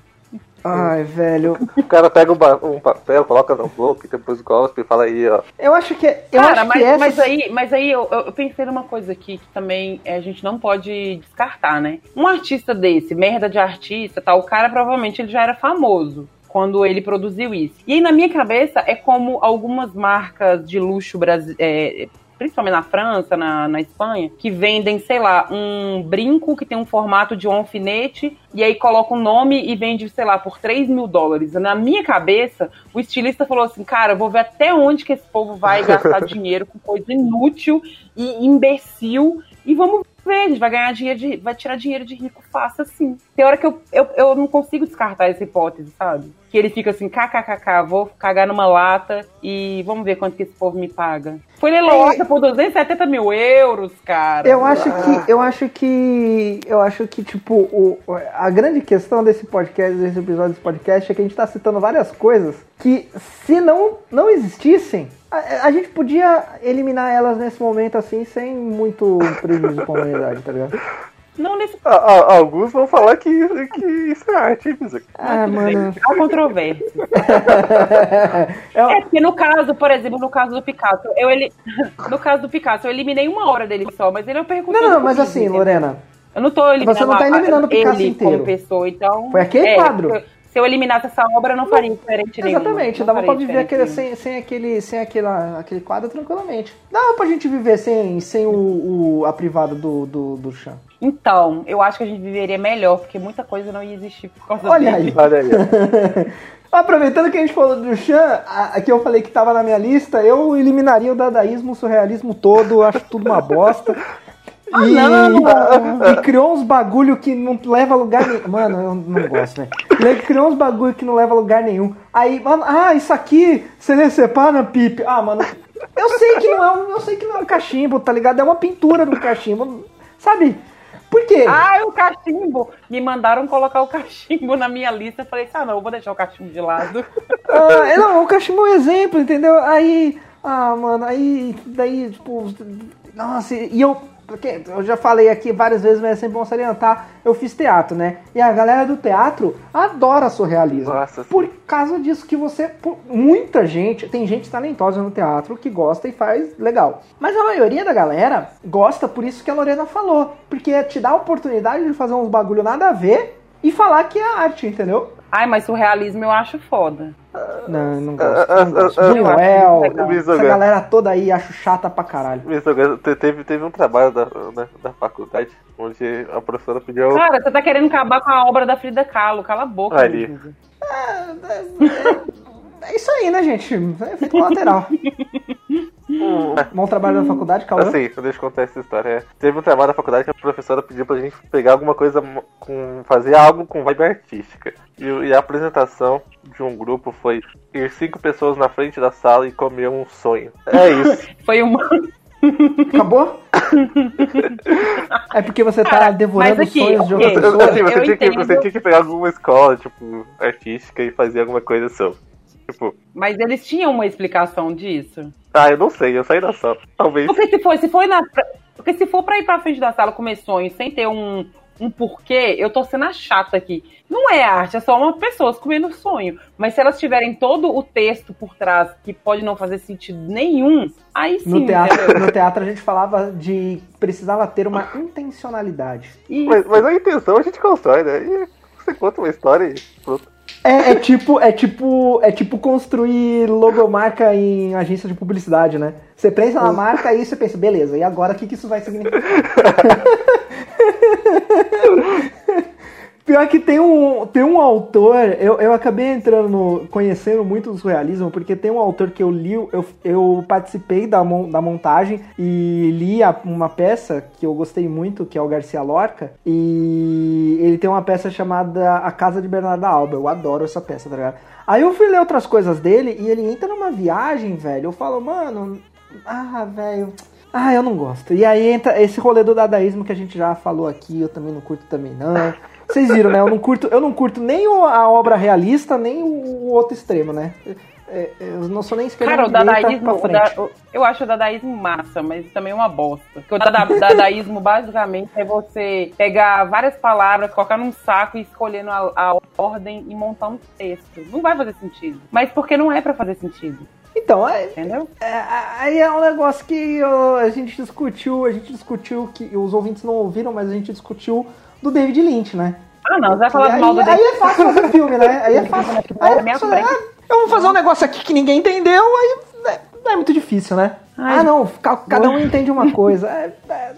Ai, velho. O cara pega um, ba- um papel, coloca na boca e depois cospe e fala aí, ó. Eu acho que eu Cara, acho mas, que essa... mas aí, mas aí eu, eu pensei numa coisa aqui que também é, a gente não pode descartar, né? Um artista desse, merda de artista, tal, o cara provavelmente ele já era famoso quando ele produziu isso. E aí na minha cabeça é como algumas marcas de luxo brasileiras, principalmente na França, na, na Espanha, que vendem, sei lá, um brinco que tem um formato de um alfinete e aí coloca um nome e vende, sei lá, por três mil dólares. Na minha cabeça, o estilista falou assim, cara, eu vou ver até onde que esse povo vai gastar dinheiro com coisa inútil e imbecil e vamos ver, a gente vai ganhar dinheiro, de, vai tirar dinheiro de rico fácil assim. Tem hora que eu, eu, eu não consigo descartar essa hipótese, sabe? Que ele fica assim, kkkk, vou cagar numa lata e vamos ver quanto que esse povo me paga. Foi leiloada por duzentos e setenta mil euros, cara. Eu acho que, eu acho que, eu acho que, tipo, o, a grande questão desse podcast, desse episódio desse podcast é que a gente tá citando várias coisas que, se não, não existissem, a, a gente podia eliminar elas nesse momento, assim, sem muito prejuízo pra humanidade, tá ligado? Não nesse A- a- alguns vão falar que, que isso é arte, hein, Bizuca? Ah, mano. Há controvérsia. É, É, porque no caso, por exemplo, no caso do Picasso, eu ele... no caso do Picasso, eu eliminei uma hora dele só, mas ele é o percussor. não, não, mas assim, Lorena, Eu não tô eliminando Você não tá eliminando o Picasso ele inteiro. como pessoa, então... Foi aquele é, quadro. Se eu, se eu eliminasse essa obra, eu não faria diferente nenhuma. exatamente, Não dava faria pra viver diferente aquele, nenhuma. sem, sem, aquele, sem aquela, aquele quadro tranquilamente. Dava pra gente viver sem, sem o, o- a privada do, do, do chão. Então, eu acho que a gente viveria melhor, porque muita coisa não ia existir por causa Olha dele. aí. Olha aí, ó. Aproveitando que a gente falou do Chan, aqui eu falei que tava na minha lista, eu eliminaria o dadaísmo, o surrealismo todo, acho tudo uma bosta. Ah, e, não. e criou uns bagulho que não leva a lugar nenhum. Mano, eu não gosto, velho. Ele criou uns bagulho que não leva a lugar nenhum. Aí, mano, ah, isso aqui, você separa, Pipe. Ah, mano, eu sei que não é um, eu sei que não é um cachimbo, tá ligado? É uma pintura do cachimbo, sabe? Por quê? Ah, o cachimbo. Me mandaram colocar o cachimbo na minha lista. Eu falei, ah, não, eu vou deixar o cachimbo de lado. Ah, não, o cachimbo é um exemplo, entendeu? Aí, ah, mano, aí, daí, tipo, nossa, e eu, porque eu já falei aqui várias vezes, mas é sempre bom salientar, eu fiz teatro, né? E a galera do teatro adora surrealismo. Nossa, por causa disso que você, por, muita gente, tem gente talentosa no teatro que gosta e faz legal. Mas a maioria da galera gosta por isso que a Lorena falou, porque te dá a oportunidade de fazer uns bagulho nada a ver e falar que é arte, entendeu? Ai, mas surrealismo eu acho foda. Não, eu não gosto. Não gosto. Buñuel, essa galera toda aí acho chata pra caralho. Teve, teve um trabalho da, da, da faculdade onde a professora pediu. Cara, você tá querendo acabar com a obra da Frida Kahlo, cala a boca. Ali. É, é, é isso aí, né, gente? É efeito colateral. Hum. Bom trabalho na faculdade, Cauã? Assim, deixa eu contar essa história. É, teve um trabalho na faculdade que a professora pediu pra gente pegar alguma coisa com. Fazer algo com vibe artística. E, e a apresentação de um grupo foi ir cinco pessoas na frente da sala e comer um sonho. É isso. Foi uma. Acabou? É porque você tá Cara, devorando mas aqui, os sonhos de outra ok, pessoa? Assim, você, Eu tinha que, entendo. você tinha que pegar alguma escola, tipo, artística e fazer alguma coisa sobre. Tipo, Mas eles tinham uma explicação disso. ah, eu não sei, eu saí da sala. Talvez. Porque se for, se for na. Porque se for pra ir pra frente da sala comer sonho sem ter um, um porquê, eu tô sendo a chata aqui. Não é arte, é só uma pessoa comendo sonho. Mas se elas tiverem todo o texto por trás que pode não fazer sentido nenhum, aí sim. No teatro, entendeu? no teatro a gente falava de precisava ter uma intencionalidade. Isso. Mas, mas a intenção a gente constrói, né? E você conta uma história e pronto. É, é tipo, é tipo, é tipo construir logomarca em agência de publicidade, né? Você pensa na marca e você pensa, beleza, e agora o que, que isso vai significar? Pior que tem um, tem um autor, eu, eu acabei entrando no, conhecendo muito do surrealismo, porque tem um autor que eu li, eu, eu participei da, mon, da montagem e li a, uma peça que eu gostei muito, que é o Garcia Lorca, e ele tem uma peça chamada A Casa de Bernarda Alba, eu adoro essa peça, tá ligado? Aí eu fui ler outras coisas dele e ele entra numa viagem, velho, eu falo, mano, ah, velho... Ah, eu não gosto. E aí entra esse rolê do dadaísmo que a gente já falou aqui, eu também não curto também não. Vocês viram, né? Eu não curto, eu não curto nem o, a obra realista, nem o, o outro extremo, né? É, eu não sou nem esquerda. Cara, o dadaísmo, o da, o, eu acho o dadaísmo massa, mas também é uma bosta. Porque o dada, dadaísmo basicamente é você pegar várias palavras, colocar num saco e escolhendo a, a ordem e montar um texto. Não vai fazer sentido. Mas porque não é pra fazer sentido. Então, é, entendeu? É, aí é um negócio que ó, a gente discutiu, a gente discutiu, que os ouvintes não ouviram, mas a gente discutiu do David Lynch, né? Ah, não, você vai falar aí, mal do aí David é fácil fazer filme, né? Aí é fácil. Aí é fácil, ah, eu vou fazer um negócio aqui que ninguém entendeu, aí é, não é muito difícil, né? Ai, ah, não, cada um entende uma coisa. É, é,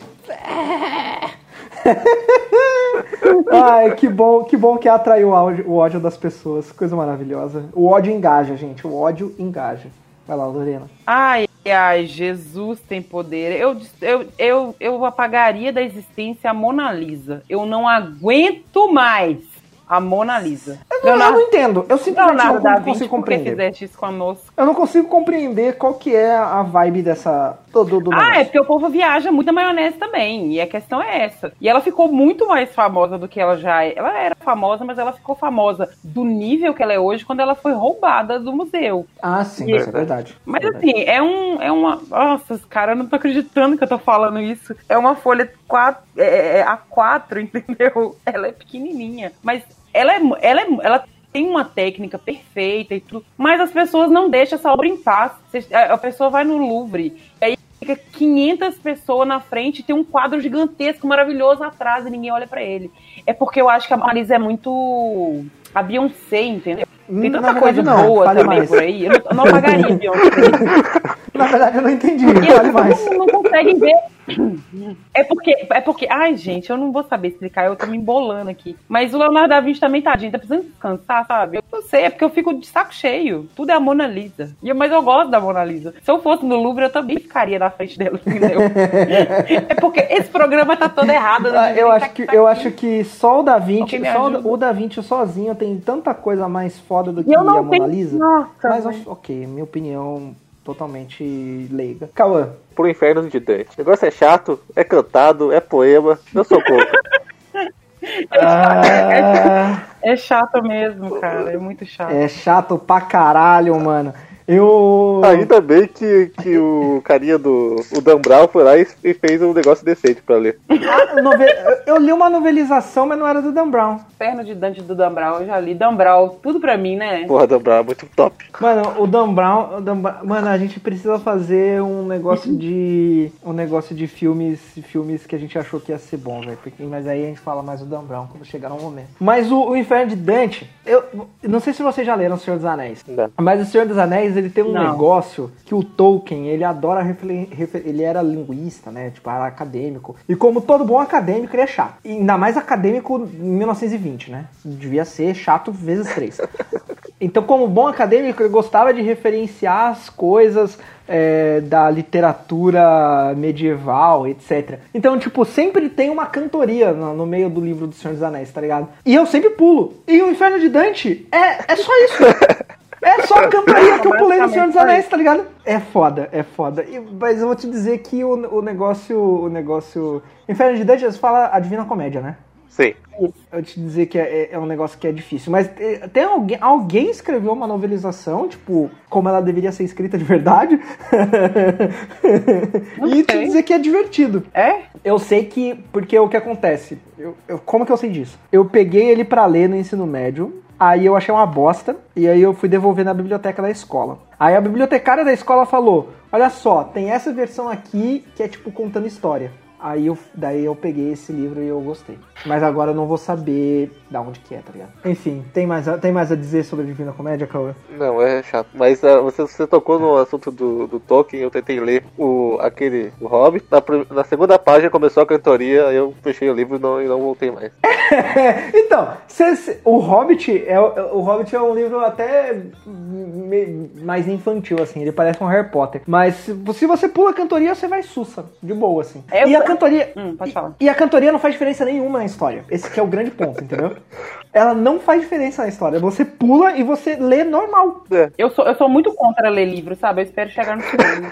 é. Ai, que bom, que bom que atraiu o ódio, o ódio das pessoas. Coisa maravilhosa. O ódio engaja, gente. O ódio engaja. Vai lá, Lorena. Ai, ai, Jesus tem poder. Eu, eu, eu, eu apagaria da existência a Mona Lisa. Eu não aguento mais a Mona Lisa. Eu, Leonardo, eu não entendo. Eu simplesmente Leonardo não da Vinci, consigo compreender. Por que fizeste isso conosco? Eu não consigo compreender qual que é a vibe dessa... Do, do, do ah, negócio. É porque o povo viaja muito na maionese também. E a questão é essa. E ela ficou muito mais famosa do que ela já é. Ela era famosa, mas ela ficou famosa do nível que ela é hoje quando ela foi roubada do museu. Ah, sim, e, isso é verdade. Mas é assim, verdade. é um... É uma... Nossa, cara, eu não tô acreditando que eu tô falando isso. É uma folha quatro, é, é, A quatro, entendeu? Ela é pequenininha. Mas ela é... Ela é ela tem uma técnica perfeita e tudo, mas as pessoas não deixam essa obra em paz. A pessoa vai no Louvre, e aí fica quinhentas pessoas na frente e tem um quadro gigantesco, maravilhoso atrás e ninguém olha pra ele. É porque eu acho que a Mona Lisa é muito a Beyoncé, entendeu? Tem tanta verdade, coisa não, boa também mais. por aí. Eu não, eu não apagaria a Beyoncé. Na verdade eu não entendi. E Fale eu mais. não, não consegue ver. É porque, é porque, ai gente, eu não vou saber explicar, eu tô me embolando aqui. Mas o Leonardo da Vinci também, tadinho, tá precisando descansar, sabe? Eu não sei, é porque eu fico de saco cheio. Tudo é a Mona Lisa. E eu, mas eu gosto da Mona Lisa. Se eu fosse no Louvre, eu também ficaria na frente dela, entendeu? É porque esse programa tá todo errado. Ah, eu acho que, eu acho que só o Da Vinci, Ok, me só ajuda. o Da Vinci sozinho tem tanta coisa mais foda do que E eu a não Mona tenho- Lisa. Nossa, mas, velho. ok, minha opinião totalmente leiga. Cauã. Pro inferno de Dante. O negócio é chato, é cantado, é poema. Eu sou contra. Ah, É chato mesmo, cara. É muito chato. é chato pra caralho, mano. Eu. Ainda bem que, que o carinha do o Dan Brown foi lá e, e fez um negócio decente pra ler. Ah, nove- eu li uma novelização, mas não era do Dan Brown. Inferno de Dante do Dan Brown, eu já li. Dan Brown, tudo pra mim, né? Porra, Dan Brown é muito top. Mano, o Dan Brown, o Dan Brown- mano, a gente precisa fazer um negócio de um negócio de filmes, filmes que a gente achou que ia ser bom, velho. porque- Mas aí a gente fala mais do Dan Brown quando chegar no momento. Mas o, o Inferno de Dante, eu não sei se vocês já leram O Senhor dos Anéis. Não. Mas o Senhor dos Anéis, ele tem um Não. negócio que o Tolkien, ele adora referen- refer- ele era linguista, né? Tipo, era acadêmico. E como todo bom acadêmico, ele é chato. E ainda mais acadêmico em mil novecentos e vinte, né? Devia ser chato vezes três. Então, como bom acadêmico, ele gostava de referenciar as coisas é, da literatura medieval, etcétera. Então, tipo, sempre tem uma cantoria no, no meio do livro do Senhor dos Anéis, tá ligado? E eu sempre pulo. E o Inferno de Dante é, é só isso. É só a cantoria que eu pulei no Senhor dos Anéis, tá ligado? É foda, é foda. E, mas eu vou te dizer que o, o negócio... O negócio... Inferno de Dante, você fala a Divina Comédia, né? Sim. Eu vou te dizer que é, é um negócio que é difícil. Mas é, tem alguém, alguém escreveu uma novelização, tipo, como ela deveria ser escrita de verdade. E te sei. dizer que é divertido. É? Eu sei que, porque o que acontece? Eu, eu- como que eu sei disso? Eu peguei ele pra ler no ensino médio, aí eu achei uma bosta, e aí eu fui devolver na biblioteca da escola. Aí a bibliotecária da escola falou, olha só, tem essa versão aqui que é tipo contando história. Aí eu, daí eu peguei esse livro e eu gostei. Mas agora eu não vou saber da onde que é, tá ligado? Enfim, tem mais, a- tem mais a dizer sobre a Divina Comédia, Cauã? Não, é chato. Mas ah, você, você tocou no assunto do, do Tolkien, eu tentei ler o, aquele o Hobbit. Na, prim- na segunda página começou a cantoria, eu fechei o livro e não, e não voltei mais. Então, cê- cê- o Hobbit é, o Hobbit é um livro até me- mais infantil, assim, ele parece um Harry Potter. Mas se, se você pula a cantoria, você vai sussa, de boa, assim. Eu- e a cantoria. Hum, pode falar. E a cantoria não faz diferença nenhuma na história. Esse que é o grande ponto, entendeu? Ela não faz diferença na história. Você pula e você lê normal. Eu sou, eu sou muito contra ler livro, sabe? Eu espero chegar no cinema.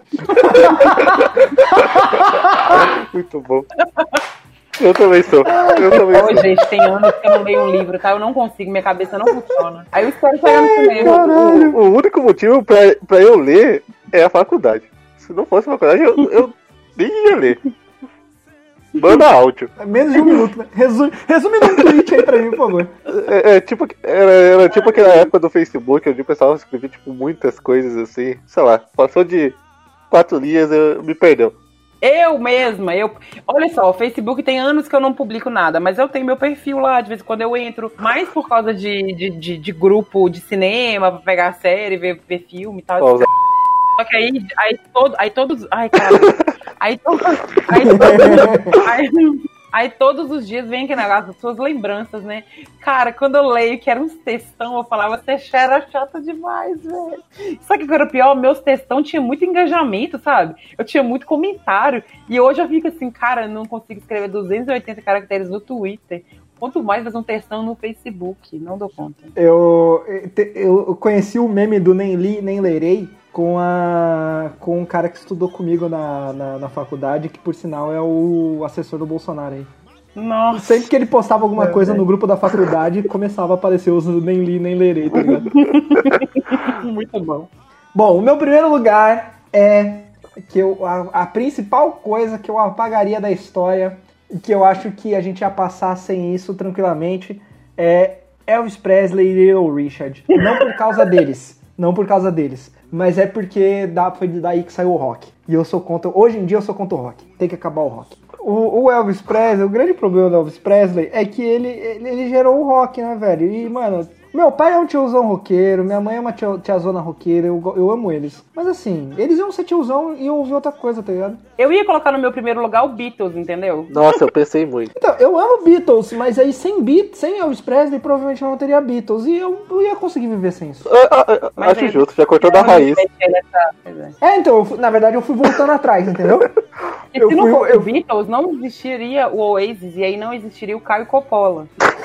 Muito bom. Eu também sou. Eu também Ô, sou. gente, tem anos que eu não leio um livro, tá? Eu não consigo, minha cabeça não funciona. Aí eu espero chegar no cinema. Caralho. O, o único motivo pra, pra eu ler é a faculdade. Se não fosse a faculdade, eu, eu nem ia ler. Manda áudio. Menos de um minuto, né? Resume, resume num tweet aí pra mim, por favor. É, é tipo, era, era tipo aquela época do Facebook, onde o pessoal escrevia tipo, muitas coisas assim. Sei lá, passou de quatro linhas, eu me perdeu. Eu mesma, eu. Olha só, o Facebook tem anos que eu não publico nada, mas eu tenho meu perfil lá, de vez em quando eu entro, mais por causa de, de, de, de grupo de cinema, pra pegar série, ver, ver filme e tal. Ó, os Só que aí, aí, todo, aí todos. Ai, cara. Aí, to, aí, todos, aí, aí todos os dias vem aquele negócio das suas lembranças, né? Cara, quando eu leio que era uns textão, eu falava, você era chata demais, velho. Só que agora o pior, meus textão tinha muito engajamento, sabe? Eu tinha muito comentário. E hoje eu fico assim, cara, eu não consigo escrever duzentos e oitenta caracteres no Twitter. Quanto mais fazer um textão no Facebook. Não dou conta. Eu, eu conheci o meme do Nem Li, Nem Lerei com, a, com um cara que estudou comigo na, na, na faculdade, que por sinal é o assessor do Bolsonaro aí. Nossa. Sempre que ele postava alguma Meu coisa Deus. no grupo da faculdade, começava a aparecer os Nem Li, Nem Lerei, tá ligado? Muito bom. Bom, o meu primeiro lugar é que eu, a, a principal coisa que eu apagaria da história e que eu acho que a gente ia passar sem isso tranquilamente é Elvis Presley e Little Richard. Não por causa deles, não por causa deles, mas é porque da, foi daí que saiu o rock. E eu sou contra, hoje em dia eu sou contra o rock. Tem que acabar o rock. O, o Elvis Presley, o grande problema do Elvis Presley é que ele, ele, ele gerou o rock, né, velho? E, mano, Meu pai é um tiozão roqueiro, minha mãe é uma tia, tiazona roqueira, eu, go- eu amo eles. Mas assim, eles iam ser tiozão e eu ouvir outra coisa, tá ligado? Eu ia colocar no meu primeiro lugar o Beatles, entendeu? Nossa, eu pensei muito. Então, eu amo Beatles, mas aí sem Beat, sem Elvis Presley, provavelmente não teria Beatles. E eu, eu ia conseguir viver sem isso. Ah, ah, ah, Mas acho é- justo, já cortou da raiz. É, então, eu fui- na verdade eu fui voltando atrás, entendeu? E Eu se não fui- fosse eu- o Beatles, não existiria o Oasis e aí não existiria o Caio Coppola.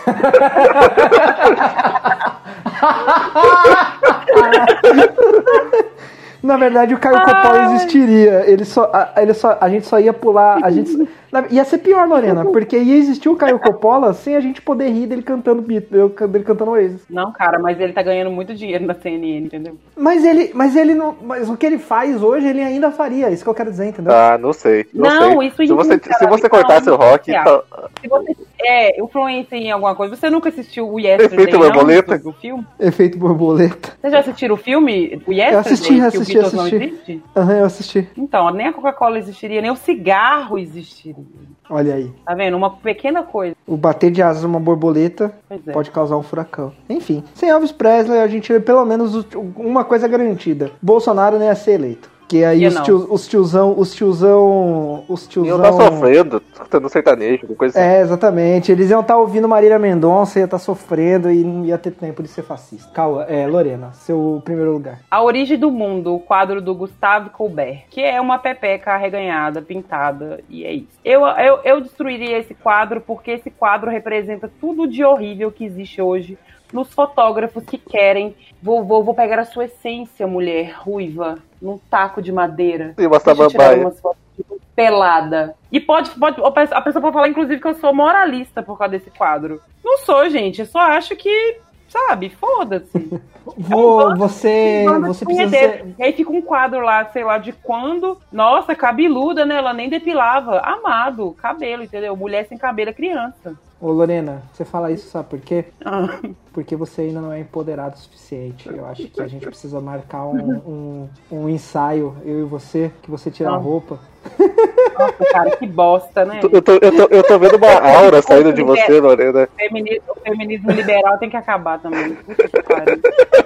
Na verdade, o Caio Coppola existiria. Ele só, a, ele só, a gente só ia pular. A gente, só- na- ia ser pior, Lorena, porque ia existir o Caio Coppola sem a gente poder rir dele cantando Beat, eu- dele cantando Oasis. Não, cara, mas ele tá ganhando muito dinheiro na C N N, entendeu? Mas ele, mas ele não. Mas o que ele faz hoje, ele ainda faria. Isso que eu quero dizer, entendeu? Ah, não sei. Não, Não, sei. isso se você, influencia, se você não, cortasse o rock, influencia. tá- Se você é, influência em alguma coisa, você nunca assistiu o Yesterday, Efeito não? borboleta? O filme? Efeito borboleta. Vocês já assistiram o filme, o Yesterday, Eu assisti, que assisti, o Beatles não assisti. existe? Aham, eu assisti. Então, nem a Coca-Cola existiria, nem o cigarro existiria. Olha aí. Tá vendo? Uma pequena coisa. O bater de asas de uma borboleta Pois é. pode causar um furacão. Enfim, sem Elvis Presley, a gente pelo menos o- uma coisa garantida. Bolsonaro não ia ser eleito. Que aí Ia os, não. tio, os tiozão, os tiozão, os E tiozão... eu tá sofrendo, escutando sertanejo, alguma coisa assim. É, exatamente. Eles iam estar ouvindo Marília Mendonça, ia estar sofrendo e não ia ter tempo de ser fascista. Calma, é, Lorena, seu primeiro lugar. A Origem do Mundo, o quadro do Gustave Colbert, que é uma pepeca arreganhada, pintada, e é isso. Eu, eu, eu destruiria esse quadro porque esse quadro representa tudo de horrível que existe hoje nos fotógrafos que querem, vou, vou, vou pegar a sua essência, mulher ruiva, num taco de madeira. E uma Deixa eu tirar samambaia. umas fotos tipo, pelada. E pode, pode, a pessoa pode falar, inclusive, que eu sou moralista por causa desse quadro. Não sou, gente, eu só acho que, sabe, foda-se. Vou, você, Banda você de precisa punheteiro. ser... E aí fica um quadro lá, sei lá, de quando. Nossa, cabeluda, né? Ela nem depilava. Amado, cabelo, entendeu? Mulher sem cabelo é criança. Ô, Lorena, você fala isso, sabe por quê? Ah. Porque você ainda não é empoderado o suficiente. Eu acho que a gente precisa marcar um, um, um ensaio, eu e você, que você tira a Ah. roupa. Nossa, cara, que bosta, né? Eu tô, eu, tô, eu tô vendo uma aura saindo de você, Lorena. O feminismo, o feminismo liberal tem que acabar também. Puta que pariu.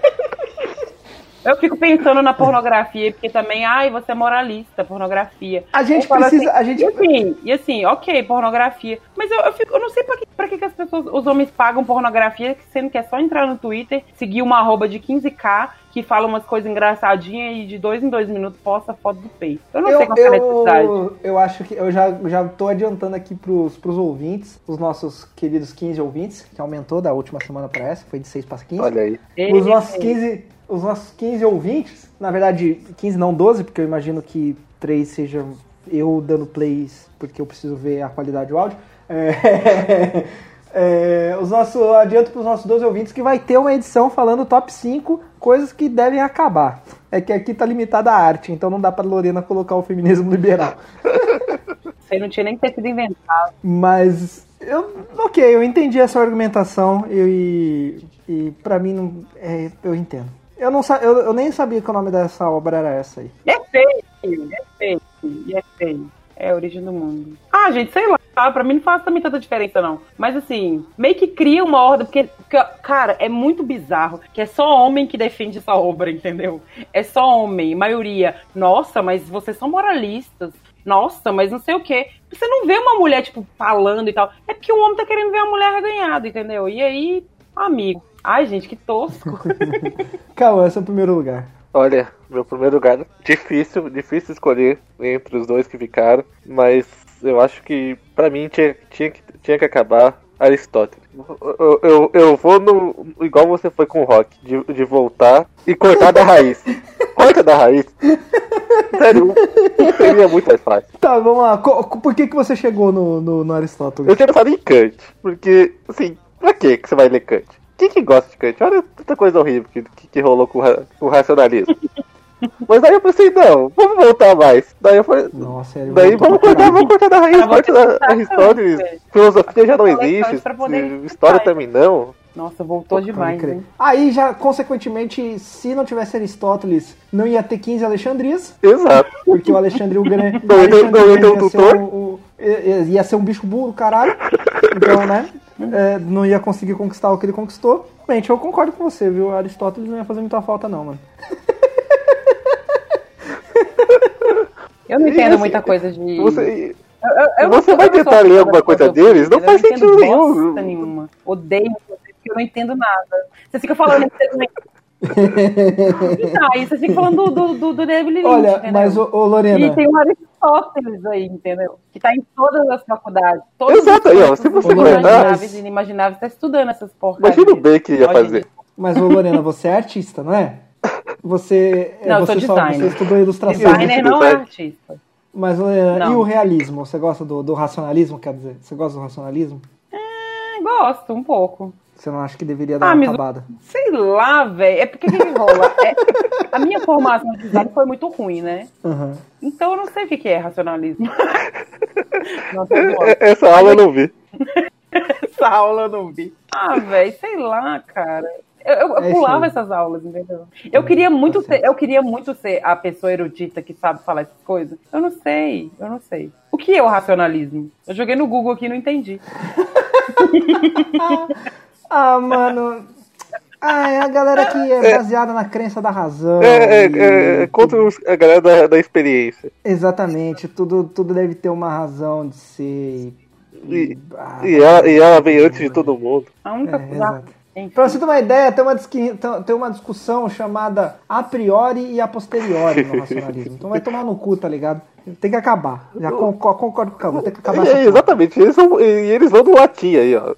Eu fico pensando na pornografia, porque também, ai, você é moralista, pornografia. A gente Eu falo precisa- assim, a gente- E assim, e assim, ok, pornografia. Mas eu, eu, fico, eu não sei pra que, pra que que as pessoas, os homens pagam pornografia, sendo que é só entrar no Twitter, seguir uma arroba de quinze k, que fala umas coisas engraçadinhas e de dois em dois minutos posta foto do peito. Eu não sei qual que é a necessidade. eu, eu acho que eu já, já tô adiantando aqui pros, pros ouvintes, os nossos queridos quinze ouvintes, que aumentou da última semana pra essa, foi de seis para quinze. Olha aí. Os nossos quinze, os nossos quinze ouvintes, na verdade, quinze não, doze, porque eu imagino que três sejam eu dando plays, porque eu preciso ver a qualidade do áudio. É, é, os nossos, adianto para os nossos doze ouvintes que vai ter uma edição falando top cinco coisas que devem acabar. É que aqui tá limitada a arte, então não dá pra Lorena colocar o feminismo liberal. Isso aí não tinha nem que ter sido inventado. Mas, eu, ok, eu entendi essa argumentação e, e pra mim, não, é, eu entendo. Eu, não, sa- eu, eu nem sabia que o nome dessa obra era essa aí. E é feio, é feio, e é feio. É a origem do mundo. Ah, gente, sei lá, pra mim não faz também tanta diferença, não. Mas assim, meio que cria uma ordem, porque, porque, cara, é muito bizarro que é só homem que defende essa obra, entendeu? É só homem, maioria. Nossa, mas vocês são moralistas. Nossa, mas não sei o quê. Você não vê uma mulher, tipo, falando e tal. É porque o homem tá querendo ver a mulher ganhada, entendeu? E aí, amigo. Ai, gente, que tosco. Cauã, esse é o primeiro lugar. Olha, meu primeiro lugar, difícil, difícil escolher entre os dois que ficaram, mas eu acho que pra mim tinha, tinha, que, tinha que acabar Aristóteles. Eu, eu, eu vou no. Igual você foi com o rock, de, de voltar e cortar da raiz. Corta da raiz. Sério, seria muito mais fácil. Tá, vamos lá. Co- co- Por que, que você chegou no, no, no Aristóteles? Eu tinha pensado em Kant, porque, assim, pra que que você vai ler Kant? Quem que gosta de Kant? Olha tanta coisa horrível que, que, que rolou com, o ra- com o racionalismo. Mas aí eu pensei, não, vamos voltar mais. Daí eu falei, Nossa, ele daí voltou vamos pra cortar, caralho. vamos cortar da raiz, Ah, vou corta da tentar, Aristóteles. velho. Filosofia já não Eu falei existe, Kant pra poder história explicar, também não. Nossa, voltou Pode demais, crer. hein? Aí já, consequentemente, se não tivesse Aristóteles, não ia ter quinze Alexandrias, Exato. porque o Alexandre o Grande Não ia ter- não ia ter um ia ser tutor? o- o- ia- ia ser um bicho burro, caralho. Então, né? é, não ia conseguir conquistar o que ele conquistou. Gente, eu concordo com você, viu? Aristóteles não ia fazer muita falta, não, mano. Eu não entendo muita coisa de... Você, Eu, eu, eu você não- vai eu não sou tentar ler fã alguma da coisa filosofia, deles? Não eu faz entendo sentido bosta nenhum. nenhuma. Odeio, porque eu não entendo nada. Você fica falando... Então, aí você fica falando do, do, do, do David Lynch, Olha, entendeu? mas, ô, ô, Lorena... E tem o Aristóteles aí, entendeu? Que tá em todas as faculdades. Todos Exato, os aí, ó, cursos se você guardar- imagináveis e inimagináveis, tá estudando essas porcarias. Imagina o bem que ia Olha, fazer. Mas, ô, Lorena, você é artista, não é? Você, é, Não, eu você sou só designer. você estudou ilustração. Designer não é Design. artista. Mas, Lorena, Não. e o realismo? Você gosta do, do racionalismo, quer dizer? Você gosta do racionalismo? É, gosto, um pouco. Você não acha que deveria dar Ah, uma mas- acabada? Sei lá, velho. É porque o que que rola? É, a minha formação de design foi muito ruim, né? Aham. Então eu não sei o que que é racionalismo. Não, tô zoando. É, Essa aula eu não vi. Essa aula eu não vi. Ah, velho, sei lá, cara. Eu, eu- eu É isso pulava aí. essas aulas, entendeu? Eu queria muito Tá ser, eu queria muito ser a pessoa erudita que sabe falar essas coisas. Eu não sei, eu não sei. O que é o racionalismo? Eu joguei no Google aqui e não entendi. Ah, mano... Ah, é a galera que é baseada na crença da razão. É, é, e- é, é contra os- a galera da, da experiência. Exatamente, tudo, tudo deve ter uma razão de ser. E, Ah, e, ela, e ela vem antes de todo mundo. A única É, coisa. exato. Enfim. Pra você ter uma ideia, tem uma, disqui- tem- tem uma discussão chamada a priori e a posteriori no racionalismo. Então vai tomar no cu, tá ligado? Tem que acabar. Já concordo, concordo com o Cabo, tem que acabar essa É, porra. exatamente, eles vão, e eles vão no latim aí, ó.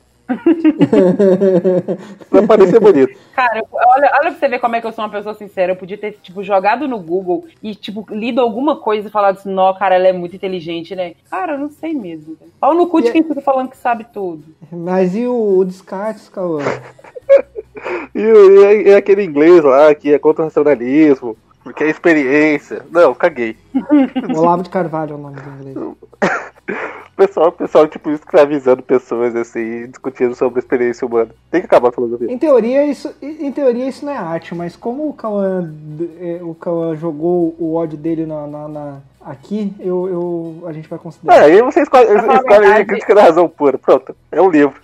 Pra parecer bonito. Cara, eu- olha, olha pra você ver como é que eu sou uma pessoa sincera. Eu podia ter, tipo, jogado no Google e, tipo, lido alguma coisa e falado assim, não, cara, ela é muito inteligente, né? Cara, eu não sei mesmo. velho. Pau no cu de E- quem fica falando que sabe tudo. Mas e o, o Descartes, Cauã? E, o- e, e aquele inglês lá que é contra o racionalismo, porque é experiência. Não, caguei. Olavo de Carvalho é o nome do inglês. O pessoal, o pessoal, tipo, escravizando pessoas, assim, discutindo sobre a experiência humana. Tem que acabar a filosofia. Em teoria, isso, em teoria isso não é arte, mas como o Cauã, eh, o Cauã jogou o ódio dele na, na- na- aqui, eu, eu, a gente vai É, considerar. aí você escolhe, Pra falar a escolhe a verdade- crítica da razão pura. Pronto, é um livro.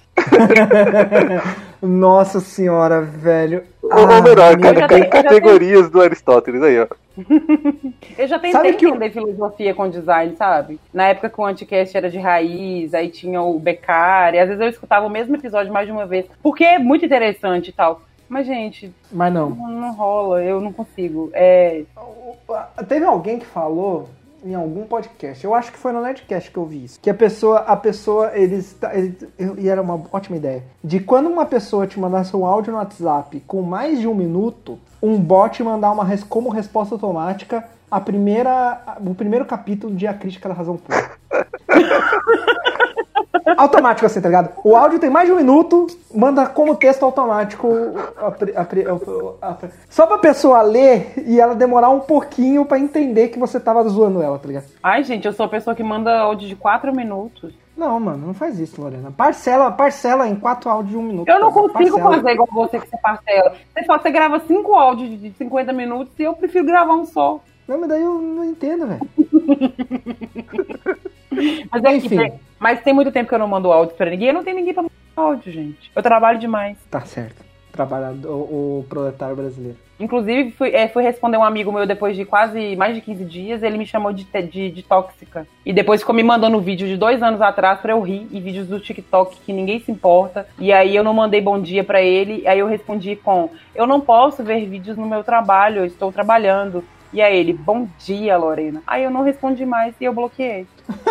Nossa senhora, velho. Ou Ah, melhor, meu cara, já tem tenho- eu já categorias do Aristóteles aí, ó. Eu já tentei Sabe que o- entender filosofia com design, sabe? Na época que o Anticast era de raiz, aí tinha o Beccari, às vezes eu escutava o mesmo episódio mais de uma vez, porque é muito interessante e tal. Mas, gente, Mas não. não, não rola, eu não consigo. É, Teve alguém que falou em algum podcast, eu acho que foi no Nerdcast que eu vi isso, que a pessoa, a pessoa, eles, eles, e era uma ótima ideia, de quando uma pessoa te mandasse um áudio no WhatsApp com mais de um minuto, um bot mandar uma res- como resposta automática a primeira, o primeiro capítulo de A Crítica da Razão Pura. Automático assim, tá ligado? O áudio tem mais de um minuto, manda como texto automático a pri- a pri- a- a- só pra pessoa ler e ela demorar um pouquinho pra entender que você tava zoando ela, tá ligado? Ai, gente, eu sou a pessoa que manda áudio de quatro minutos. Não, mano, não faz isso, Lorena. Parcela, parcela em quatro áudios de um minuto. Eu não cara. consigo Parcela. fazer igual você que você parcela. Você fala, você grava cinco áudios de cinquenta minutos e eu prefiro gravar um só. Não, mas daí eu não entendo, velho. Mas, é que Enfim. tem, mas tem muito tempo que eu não mando áudio pra ninguém. Eu não tenho ninguém pra mandar áudio, gente. Eu trabalho demais. Tá certo. Trabalhador, o, o proletário brasileiro. Inclusive, fui, é, fui responder um amigo meu depois de quase mais de quinze dias. Ele me chamou de, te- de, de tóxica. E depois ficou me mandando vídeo de dois anos atrás pra eu rir. E vídeos do TikTok que ninguém se importa. E aí eu não mandei bom dia pra ele. Aí eu respondi com: eu não posso ver vídeos no meu trabalho, eu estou trabalhando. E aí ele: bom dia, Lorena. Aí eu não respondi mais e eu bloqueei.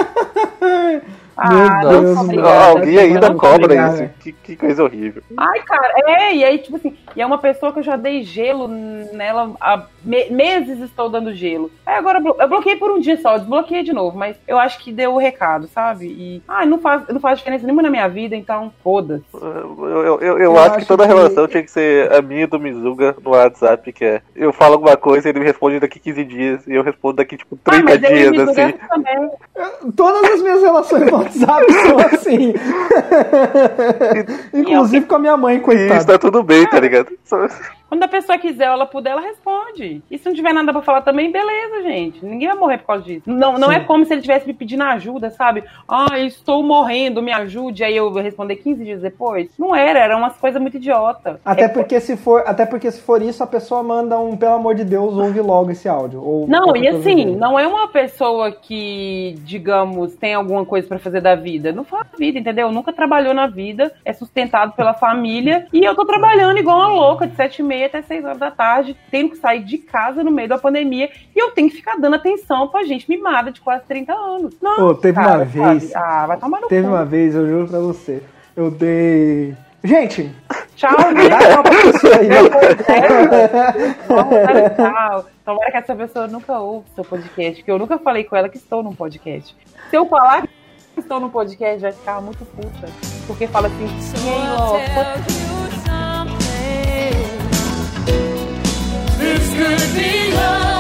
Ah, Meu não Deus, sou não. obrigada. Alguém Eu ainda não sou cobra obrigado, isso. velho. Que, que coisa horrível. Ai, cara, é, e aí, tipo assim, e é uma pessoa que eu já dei gelo nela há me- meses estou dando gelo. Aí agora eu blo- eu bloqueei por um dia só, eu desbloqueei de novo, mas eu acho que deu o recado, sabe? E, ai, não faz, não faz diferença nenhuma na minha vida, então foda-se. Eu, eu, eu, eu Eu acho, acho que toda que- relação tinha que ser a minha e do Mizuga no WhatsApp, que é eu falo alguma coisa, ele me responde daqui quinze dias, e eu respondo daqui, tipo, Ah, trinta mas eu dias, me assim. durante também. Todas as minhas relações no WhatsApp são assim. Inclusive com a minha mãe, E coitada. isso tá tudo bem, tá ligado? Só- Quando a pessoa quiser, ela puder, ela responde. E se não tiver nada pra falar também, beleza, gente. Ninguém vai morrer por causa disso. Não, não é como se ele estivesse me pedindo ajuda, sabe? Ah, estou morrendo, me ajude. Aí eu vou responder quinze dias depois. Não era, eram umas coisas muito idiotas. Até, é, porque se for, até porque se for isso, a pessoa manda um, pelo amor de Deus, ouve logo esse áudio. Ou não, e assim, dele. não é uma pessoa que, digamos, tem alguma coisa pra fazer da vida. Não faz da vida, entendeu? Nunca trabalhou na vida, é sustentado pela família. E eu tô trabalhando igual uma louca, de sete e meia até seis horas da tarde, tendo que sair de casa no meio da pandemia, e eu tenho que ficar dando atenção pra gente mimada de quase trinta anos. Não, oh, teve cara, uma vez. Sabe? Ah, vai tomar no Teve cu. uma vez, eu juro pra você. Eu dei. Gente! Tchau, né? Dá tchau pra pessoa aí. Tchau, tchau. Tomara que essa pessoa nunca ouça seu podcast, porque eu nunca falei com ela que estou num podcast. Se eu falar que estou num podcast, vai ficar muito puta. Porque fala assim, e aí, ó, This could be love.